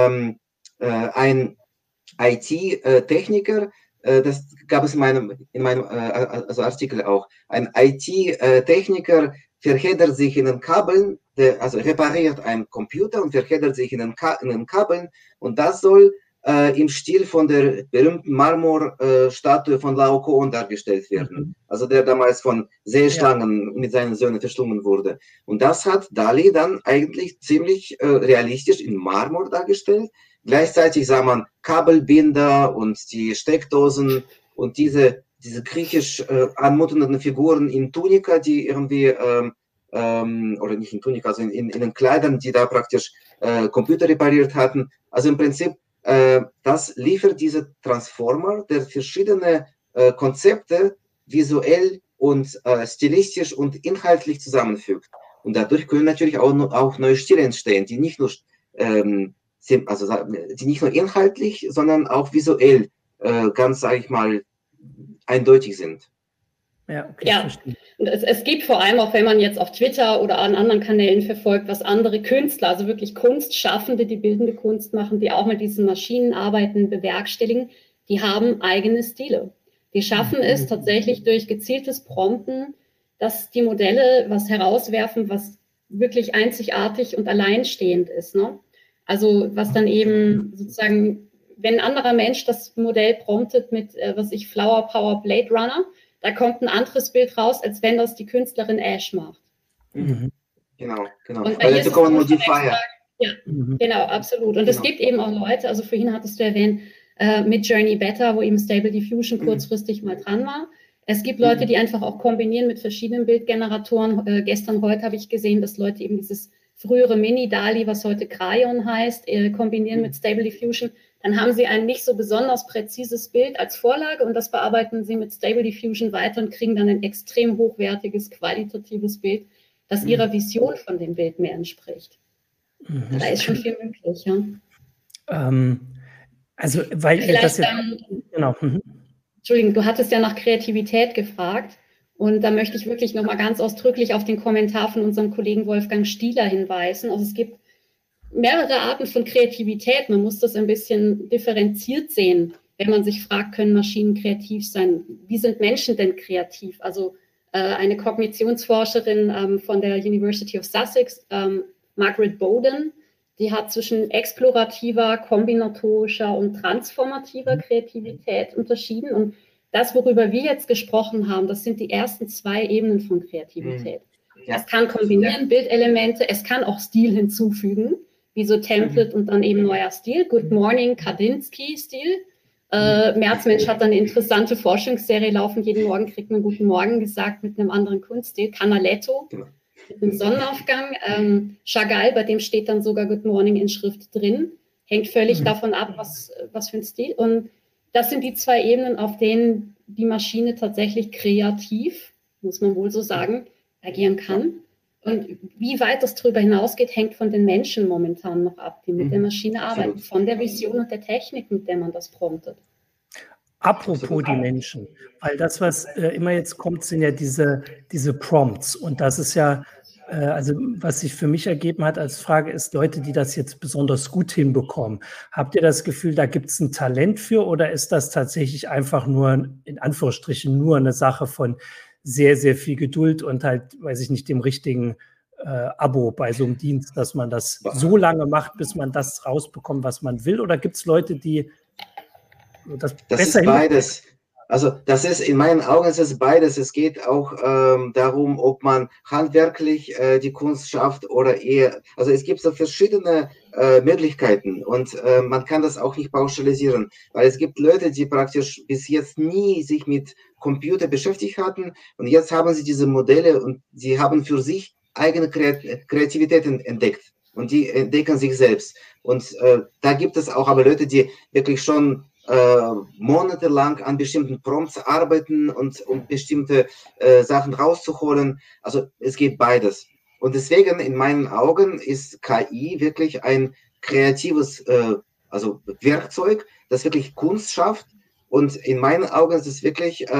ein IT-Techniker, das gab es in meinem also Artikel auch. Ein IT-Techniker verheddert sich in den Kabeln, also repariert einen Computer und verheddert sich in den Kabeln, und das soll im Stil von der berühmten Marmorstatue von Laocoon dargestellt werden. Also der damals von Seeschlangen mit seinen Söhnen verschlungen wurde. Und das hat DALL-E dann eigentlich ziemlich realistisch in Marmor dargestellt. Gleichzeitig sah man Kabelbinder und die Steckdosen und diese griechisch anmutenden Figuren in Tunika, die irgendwie, oder nicht in Tunika, also in den Kleidern, die da praktisch Computer repariert hatten. Also im Prinzip, das liefert diese Transformer, der verschiedene Konzepte visuell und stilistisch und inhaltlich zusammenfügt. Und dadurch können natürlich auch neue Stile entstehen, die nicht nur die nicht nur inhaltlich, sondern auch visuell ganz, sage ich mal, eindeutig sind. Ja, okay, Ja, und es gibt vor allem auch, wenn man jetzt auf Twitter oder an anderen Kanälen verfolgt, was andere Künstler, also wirklich Kunstschaffende, die bildende Kunst machen, die auch mit diesen Maschinenarbeiten bewerkstelligen, die haben eigene Stile. Die schaffen es tatsächlich durch gezieltes Prompten, dass die Modelle was herauswerfen, was wirklich einzigartig und alleinstehend ist, ne? Also was dann eben sozusagen, wenn ein anderer Mensch das Modell promptet mit, Flower Power Blade Runner, da kommt ein anderes Bild raus, als wenn das die Künstlerin Ash macht. Mhm. Genau. Und bei ihr ist es Modifier. Ja, genau, absolut. Und es gibt eben auch Leute, also vorhin hattest du erwähnt, mit Journey Better, wo eben Stable Diffusion kurzfristig mal dran war. Es gibt Leute, die einfach auch kombinieren mit verschiedenen Bildgeneratoren. Heute habe ich gesehen, dass Leute eben dieses frühere Mini-DALI, was heute Crayon heißt, kombinieren mit Stable Diffusion. Dann haben sie ein nicht so besonders präzises Bild als Vorlage und das bearbeiten sie mit Stable Diffusion weiter und kriegen dann ein extrem hochwertiges, qualitatives Bild, das ihrer Vision von dem Bild mehr entspricht. Da ist schon viel möglich, ja. Also, weil ihr das jetzt... genau. Entschuldigung, du hattest ja nach Kreativität gefragt und da möchte ich wirklich nochmal ganz ausdrücklich auf den Kommentar von unserem Kollegen Wolfgang Stieler hinweisen. Also es gibt mehrere Arten von Kreativität. Man muss das ein bisschen differenziert sehen, wenn man sich fragt, können Maschinen kreativ sein? Wie sind Menschen denn kreativ? Also eine Kognitionsforscherin von der University of Sussex, Margaret Bowden, die hat zwischen explorativer, kombinatorischer und transformativer Kreativität unterschieden. Und das, worüber wir jetzt gesprochen haben, das sind die ersten 2 Ebenen von Kreativität. Ja. Es kann kombinieren, Bildelemente, es kann auch Stil hinzufügen, wie so Template und dann eben neuer Stil. Good Morning, Kandinsky-Stil. Merzmensch hat eine interessante Forschungsserie laufen. Jeden Morgen kriegt man Guten Morgen gesagt mit einem anderen Kunststil. Canaletto mit einem Sonnenaufgang. Chagall, bei dem steht dann sogar Good Morning in Schrift drin. Hängt völlig davon ab, was für ein Stil. Und das sind die 2 Ebenen, auf denen die Maschine tatsächlich kreativ, muss man wohl so sagen, agieren kann. Und wie weit das darüber hinausgeht, hängt von den Menschen momentan noch ab, die mit der Maschine arbeiten, von der Vision und der Technik, mit der man das promptet. Apropos die Menschen, weil das, was immer jetzt kommt, sind ja diese Prompts. Und das ist ja, also was sich für mich ergeben hat als Frage ist, Leute, die das jetzt besonders gut hinbekommen. Habt ihr das Gefühl, da gibt es ein Talent für oder ist das tatsächlich einfach nur, in Anführungsstrichen, nur eine Sache von sehr, sehr viel Geduld und halt, weiß ich nicht, dem richtigen Abo bei so einem Dienst, dass man das so lange macht, bis man das rausbekommt, was man will? Oder gibt es Leute, die das besser ist beides. Also das ist, in meinen Augen ist es beides. Es geht auch darum, ob man handwerklich die Kunst schafft oder eher, also es gibt so verschiedene Möglichkeiten und man kann das auch nicht pauschalisieren, weil es gibt Leute, die praktisch bis jetzt nie sich mit Computer beschäftigt hatten und jetzt haben sie diese Modelle und sie haben für sich eigene Kreativität entdeckt und die entdecken sich selbst. Und da gibt es auch aber Leute, die wirklich schon monatelang an bestimmten Prompts arbeiten und um bestimmte Sachen rauszuholen. Also es geht beides. Und deswegen in meinen Augen ist KI wirklich ein kreatives also Werkzeug, das wirklich Kunst schafft. Und in meinen Augen ist es wirklich,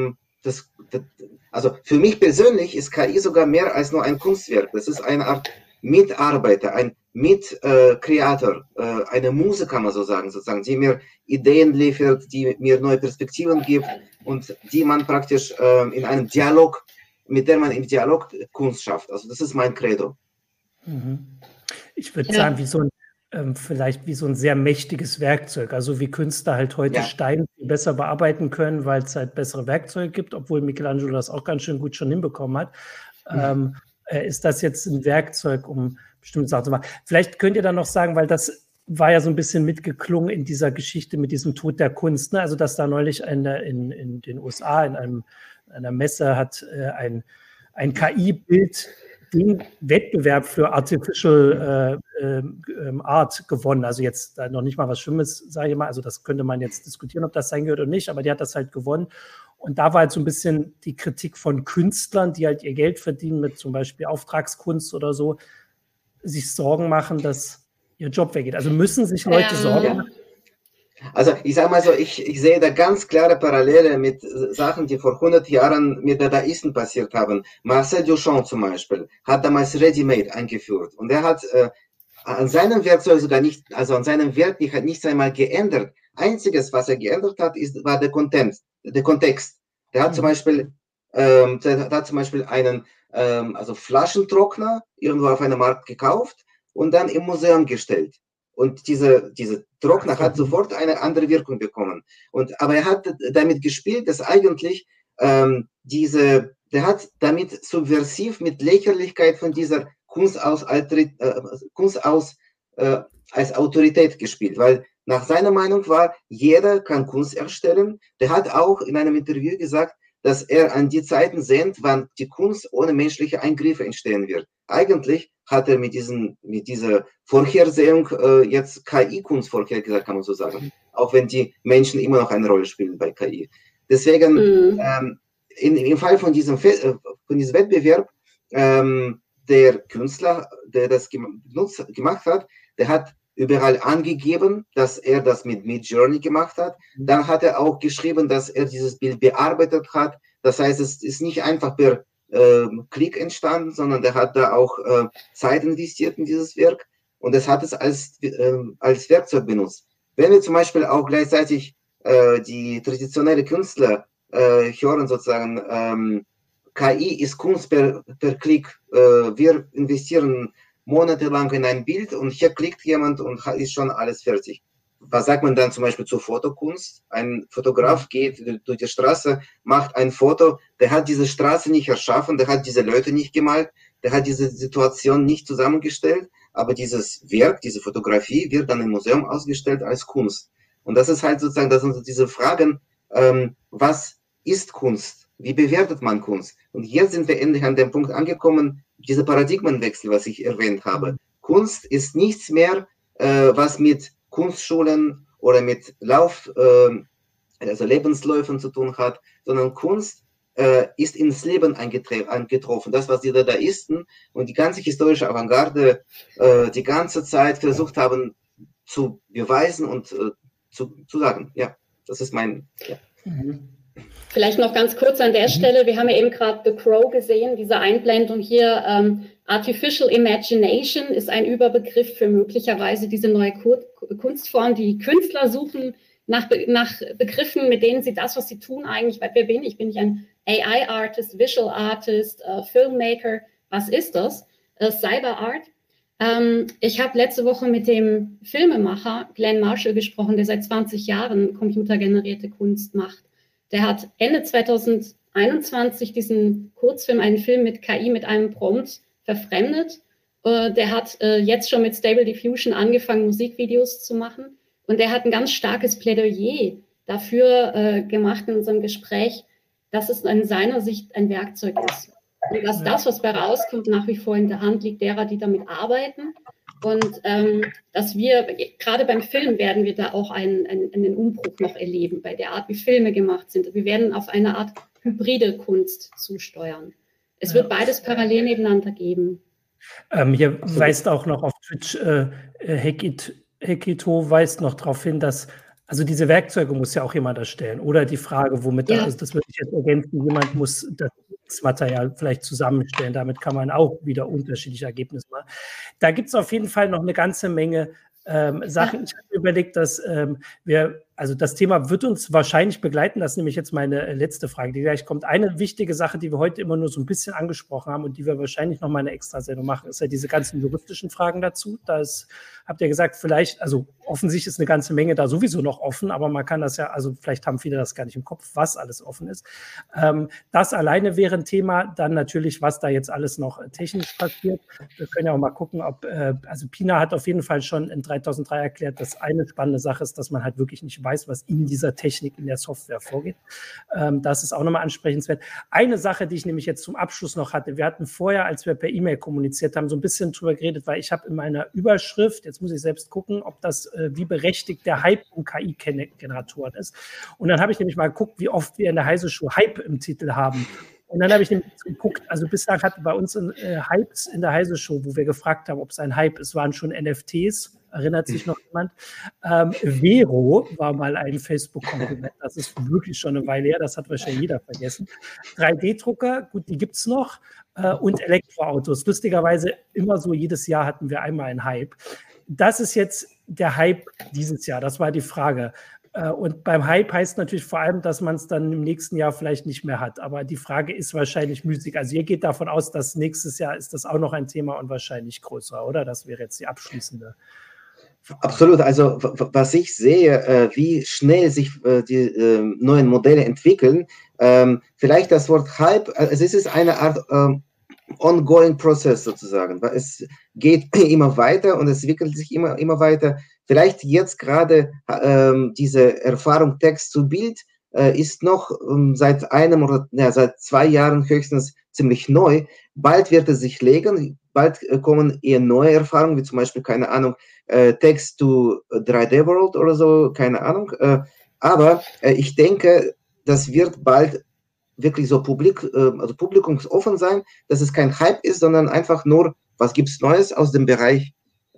also für mich persönlich ist KI sogar mehr als nur ein Kunstwerk. Das ist eine Art Mitarbeiter, ein Mit-Creator, eine Muse kann man so sagen, sozusagen, die mir Ideen liefert, die mir neue Perspektiven gibt und die man praktisch in einem Dialog, mit der man im Dialog Kunst schafft. Also das ist mein Credo. Ich würde sagen, wie so ein vielleicht wie so ein sehr mächtiges Werkzeug, also wie Künstler halt heute Steine viel besser bearbeiten können, weil es halt bessere Werkzeuge gibt, obwohl Michelangelo das auch ganz schön gut schon hinbekommen hat. Ist das jetzt ein Werkzeug, um bestimmte Sachen zu machen? Vielleicht könnt ihr dann noch sagen, weil das war ja so ein bisschen mitgeklungen in dieser Geschichte mit diesem Tod der Kunst, ne? Also dass da neulich in den USA in einer Messe hat ein KI-Bild den Wettbewerb für Artificial Art gewonnen. Also jetzt noch nicht mal was Schlimmes, sage ich mal. Also das könnte man jetzt diskutieren, ob das sein gehört oder nicht, aber die hat das halt gewonnen. Und da war halt so ein bisschen die Kritik von Künstlern, die halt ihr Geld verdienen mit zum Beispiel Auftragskunst oder so, sich Sorgen machen, dass ihr Job weggeht. Also müssen sich Leute Sorgen machen? Also ich sage mal so, ich sehe da ganz klare Parallele mit Sachen, die vor 100 Jahren mit Dadaisten passiert haben. Marcel Duchamp zum Beispiel hat damals Ready-Made eingeführt und er hat an seinem Werkzeug sogar nicht, also an seinem Werk hat nichts einmal geändert. Einziges, was er geändert hat, war der Kontext. Der hat zum Beispiel einen also Flaschentrockner irgendwo auf einem Markt gekauft und dann im Museum gestellt. Und diese Trockner hat sofort eine andere Wirkung bekommen. Aber er hat damit gespielt, dass eigentlich der hat damit subversiv mit Lächerlichkeit von dieser Kunst als Autorität gespielt, weil nach seiner Meinung war, jeder kann Kunst erstellen. Der hat auch in einem Interview gesagt, dass er an die Zeiten sehnt, wann die Kunst ohne menschliche Eingriffe entstehen wird. Eigentlich hat er mit dieser Vorhersehung jetzt KI-Kunst vorhergesagt, kann man so sagen. Auch wenn die Menschen immer noch eine Rolle spielen bei KI. Deswegen, im Fall von diesem Wettbewerb, der Künstler, der das gemacht hat, der hat überall angegeben, dass er das mit Midjourney gemacht hat. Dann hat er auch geschrieben, dass er dieses Bild bearbeitet hat. Das heißt, es ist nicht einfach per Klick entstanden, sondern der hat da auch Zeit investiert in dieses Werk und es hat es als Werkzeug benutzt. Wenn wir zum Beispiel auch gleichzeitig die traditionelle Künstler hören, sozusagen, KI ist Kunst per Klick. Wir investieren monatelang in ein Bild und hier klickt jemand und ist schon alles fertig. Was sagt man dann zum Beispiel zur Fotokunst? Ein Fotograf geht durch die Straße, macht ein Foto, der hat diese Straße nicht erschaffen, der hat diese Leute nicht gemalt, der hat diese Situation nicht zusammengestellt, aber dieses Werk, diese Fotografie wird dann im Museum ausgestellt als Kunst. Und das ist halt sozusagen, das sind diese Fragen, was ist Kunst? Wie bewertet man Kunst? Und jetzt sind wir endlich an dem Punkt angekommen, dieser Paradigmenwechsel, was ich erwähnt habe. Kunst ist nichts mehr, was mit Kunstschulen oder mit also Lebensläufen zu tun hat, sondern Kunst ist ins Leben eingetroffen. Das, was die Dadaisten und die ganze historische Avantgarde die ganze Zeit versucht haben zu beweisen und zu sagen. Ja, das ist mein... Ja. Vielleicht noch ganz kurz an der Stelle, wir haben ja eben gerade The Crow gesehen, diese Einblendung hier, Artificial Imagination ist ein Überbegriff für möglicherweise diese neue Kunstform. Die Künstler suchen nach Begriffen, mit denen sie das, was sie tun, eigentlich, wer bin ich? Bin ich ein AI-Artist, Visual Artist, Filmmaker? Was ist das? Cyber Art. Ich habe letzte Woche mit dem Filmemacher Glenn Marshall gesprochen, der seit 20 Jahren computergenerierte Kunst macht. Der hat Ende 2021 diesen Kurzfilm, einen Film mit KI, mit einem Prompt verfremdet. Der hat jetzt schon mit Stable Diffusion angefangen, Musikvideos zu machen. Und der hat ein ganz starkes Plädoyer dafür gemacht in unserem Gespräch, dass es in seiner Sicht ein Werkzeug ist. Und dass das, was bei rauskommt, nach wie vor in der Hand liegt derer, die damit arbeiten. Und dass wir, gerade beim Film werden wir da auch einen Umbruch noch erleben, bei der Art, wie Filme gemacht sind. Wir werden auf eine Art hybride Kunst zusteuern. Es wird beides parallel nebeneinander geben. Hier weist auch noch auf Twitch, Hekito weist noch darauf hin, dass, also diese Werkzeuge muss ja auch jemand erstellen. Oder die Frage, womit also das würde ich jetzt ergänzen, jemand muss das Material vielleicht zusammenstellen. Damit kann man auch wieder unterschiedliche Ergebnisse machen. Da gibt es auf jeden Fall noch eine ganze Menge Sachen. Ich habe mir überlegt, dass also das Thema wird uns wahrscheinlich begleiten. Das ist nämlich jetzt meine letzte Frage, die gleich kommt. Eine wichtige Sache, die wir heute immer nur so ein bisschen angesprochen haben und die wir wahrscheinlich noch mal eine Extrasendung machen, ist ja diese ganzen juristischen Fragen dazu. Habt ihr gesagt, vielleicht, also offensichtlich ist eine ganze Menge da sowieso noch offen, aber man kann das ja, also vielleicht haben viele das gar nicht im Kopf, was alles offen ist. Das alleine wäre ein Thema. Dann natürlich, was da jetzt alles noch technisch passiert. Wir können ja auch mal gucken, also Pina hat auf jeden Fall schon in 3003 erklärt, dass eine spannende Sache ist, dass man halt wirklich nicht weiß, was in dieser Technik, in der Software vorgeht. Das ist auch nochmal ansprechenswert. Eine Sache, die ich nämlich jetzt zum Abschluss noch hatte, wir hatten vorher, als wir per E-Mail kommuniziert haben, so ein bisschen drüber geredet, weil ich habe in meiner Überschrift, jetzt muss ich selbst gucken, ob das, wie berechtigt der Hype um KI-Generatoren ist. Und dann habe ich nämlich mal geguckt, wie oft wir in der Heise Show Hype im Titel haben. Und dann habe ich nämlich geguckt, also bislang hatten bei uns Hypes in der Heise Show, wo wir gefragt haben, ob es ein Hype ist, waren schon NFTs, Erinnert sich noch jemand? Vero war mal ein Facebook-Kompliment. Das ist wirklich schon eine Weile her. Das hat wahrscheinlich jeder vergessen. 3D-Drucker, gut, die gibt es noch. Und Elektroautos. Lustigerweise immer so, jedes Jahr hatten wir einmal einen Hype. Das ist jetzt der Hype dieses Jahr. Das war die Frage. Und beim Hype heißt natürlich vor allem, dass man es dann im nächsten Jahr vielleicht nicht mehr hat. Aber die Frage ist wahrscheinlich müßig. Also ihr geht davon aus, dass nächstes Jahr ist das auch noch ein Thema und wahrscheinlich größer, oder? Das wäre jetzt die abschließende Frage. Absolut. Also was ich sehe, wie schnell sich die neuen Modelle entwickeln, vielleicht das Wort Hype, es ist eine Art ongoing Prozess sozusagen, weil es geht immer weiter und es entwickelt sich immer weiter. Vielleicht jetzt gerade diese Erfahrung Text zu Bild ist noch seit einem oder seit 2 Jahren höchstens ziemlich neu. Bald wird es sich legen, bald kommen eher neue Erfahrungen, wie zum Beispiel, keine Ahnung, Text to 3D World oder so, keine Ahnung. Aber ich denke, das wird bald wirklich so also publikumsoffen sein, dass es kein Hype ist, sondern einfach nur, was gibt es Neues aus dem Bereich,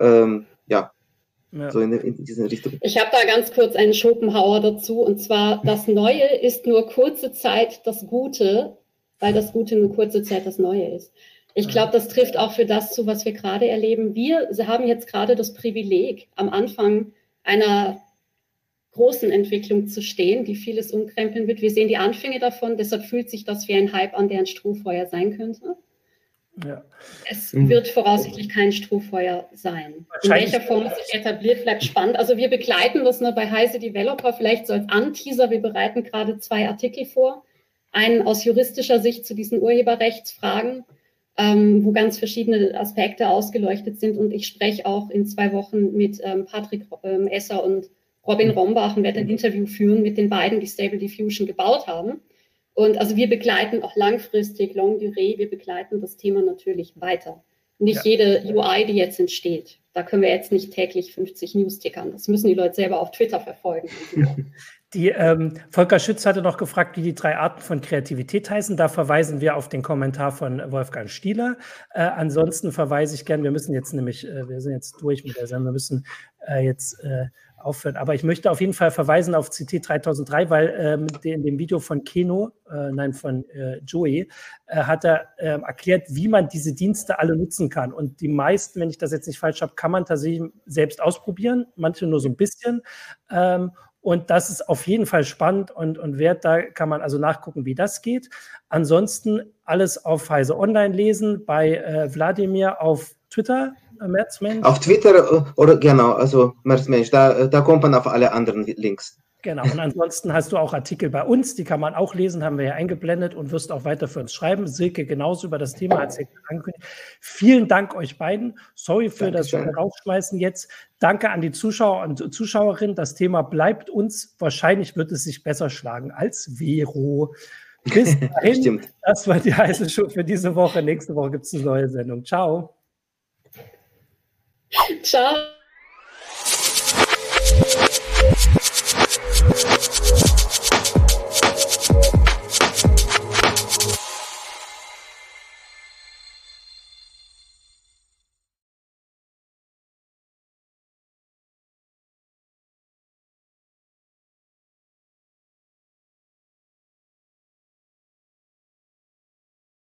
ja. So in diese Richtung. Ich habe da ganz kurz einen Schopenhauer dazu, und zwar, das Neue ist nur kurze Zeit das Gute, weil das Gute nur kurze Zeit das Neue ist. Ich glaube, das trifft auch für das zu, was wir gerade erleben. Wir haben jetzt gerade das Privileg, am Anfang einer großen Entwicklung zu stehen, die vieles umkrempeln wird. Wir sehen die Anfänge davon, deshalb fühlt sich das wie ein Hype an, der ein Strohfeuer sein könnte. Ja. Es wird voraussichtlich kein Strohfeuer sein. In welcher Form es sich etabliert, bleibt spannend. Also wir begleiten das bei Heise Developer, vielleicht so als Anteaser. Wir bereiten gerade 2 Artikel vor. Einen aus juristischer Sicht zu diesen Urheberrechtsfragen, wo ganz verschiedene Aspekte ausgeleuchtet sind. Und ich spreche auch in 2 Wochen mit Patrick Esser und Robin Rombach und werde ein Interview führen mit den beiden, die Stable Diffusion gebaut haben. Und also wir begleiten auch langfristig, longue durée, wir begleiten das Thema natürlich weiter. Nicht jede UI, die jetzt entsteht, da können wir jetzt nicht täglich 50 News tickern. Das müssen die Leute selber auf Twitter verfolgen. Volker Schütz hatte noch gefragt, wie die 3 Arten von Kreativität heißen. Da verweisen wir auf den Kommentar von Wolfgang Stieler. Ansonsten verweise ich gerne, wir sind jetzt durch mit der Sendung, wir müssen jetzt aufhören. Aber ich möchte auf jeden Fall verweisen auf CT 3003, weil in dem Video von von Joey, hat er erklärt, wie man diese Dienste alle nutzen kann. Und die meisten, wenn ich das jetzt nicht falsch habe, kann man tatsächlich selbst ausprobieren, manche nur so ein bisschen. Und das ist auf jeden Fall spannend und wert. Da kann man also nachgucken, wie das geht. Ansonsten alles auf Heise Online lesen, bei Wladimir auf Twitter, Merzmensch. Auf Twitter oder genau, also Merzmensch, da kommt man auf alle anderen Links. Genau, und ansonsten hast du auch Artikel bei uns, die kann man auch lesen, haben wir ja eingeblendet und wirst auch weiter für uns schreiben. Silke genauso über das Thema, hat sie angekündigt. Vielen Dank euch beiden. Sorry für das Rausschmeißen jetzt. Danke an die Zuschauer und Zuschauerinnen. Das Thema bleibt uns. Wahrscheinlich wird es sich besser schlagen als Vero. Bis dahin, das war die Heise Show für diese Woche. Nächste Woche gibt es eine neue Sendung. Ciao. Ciao.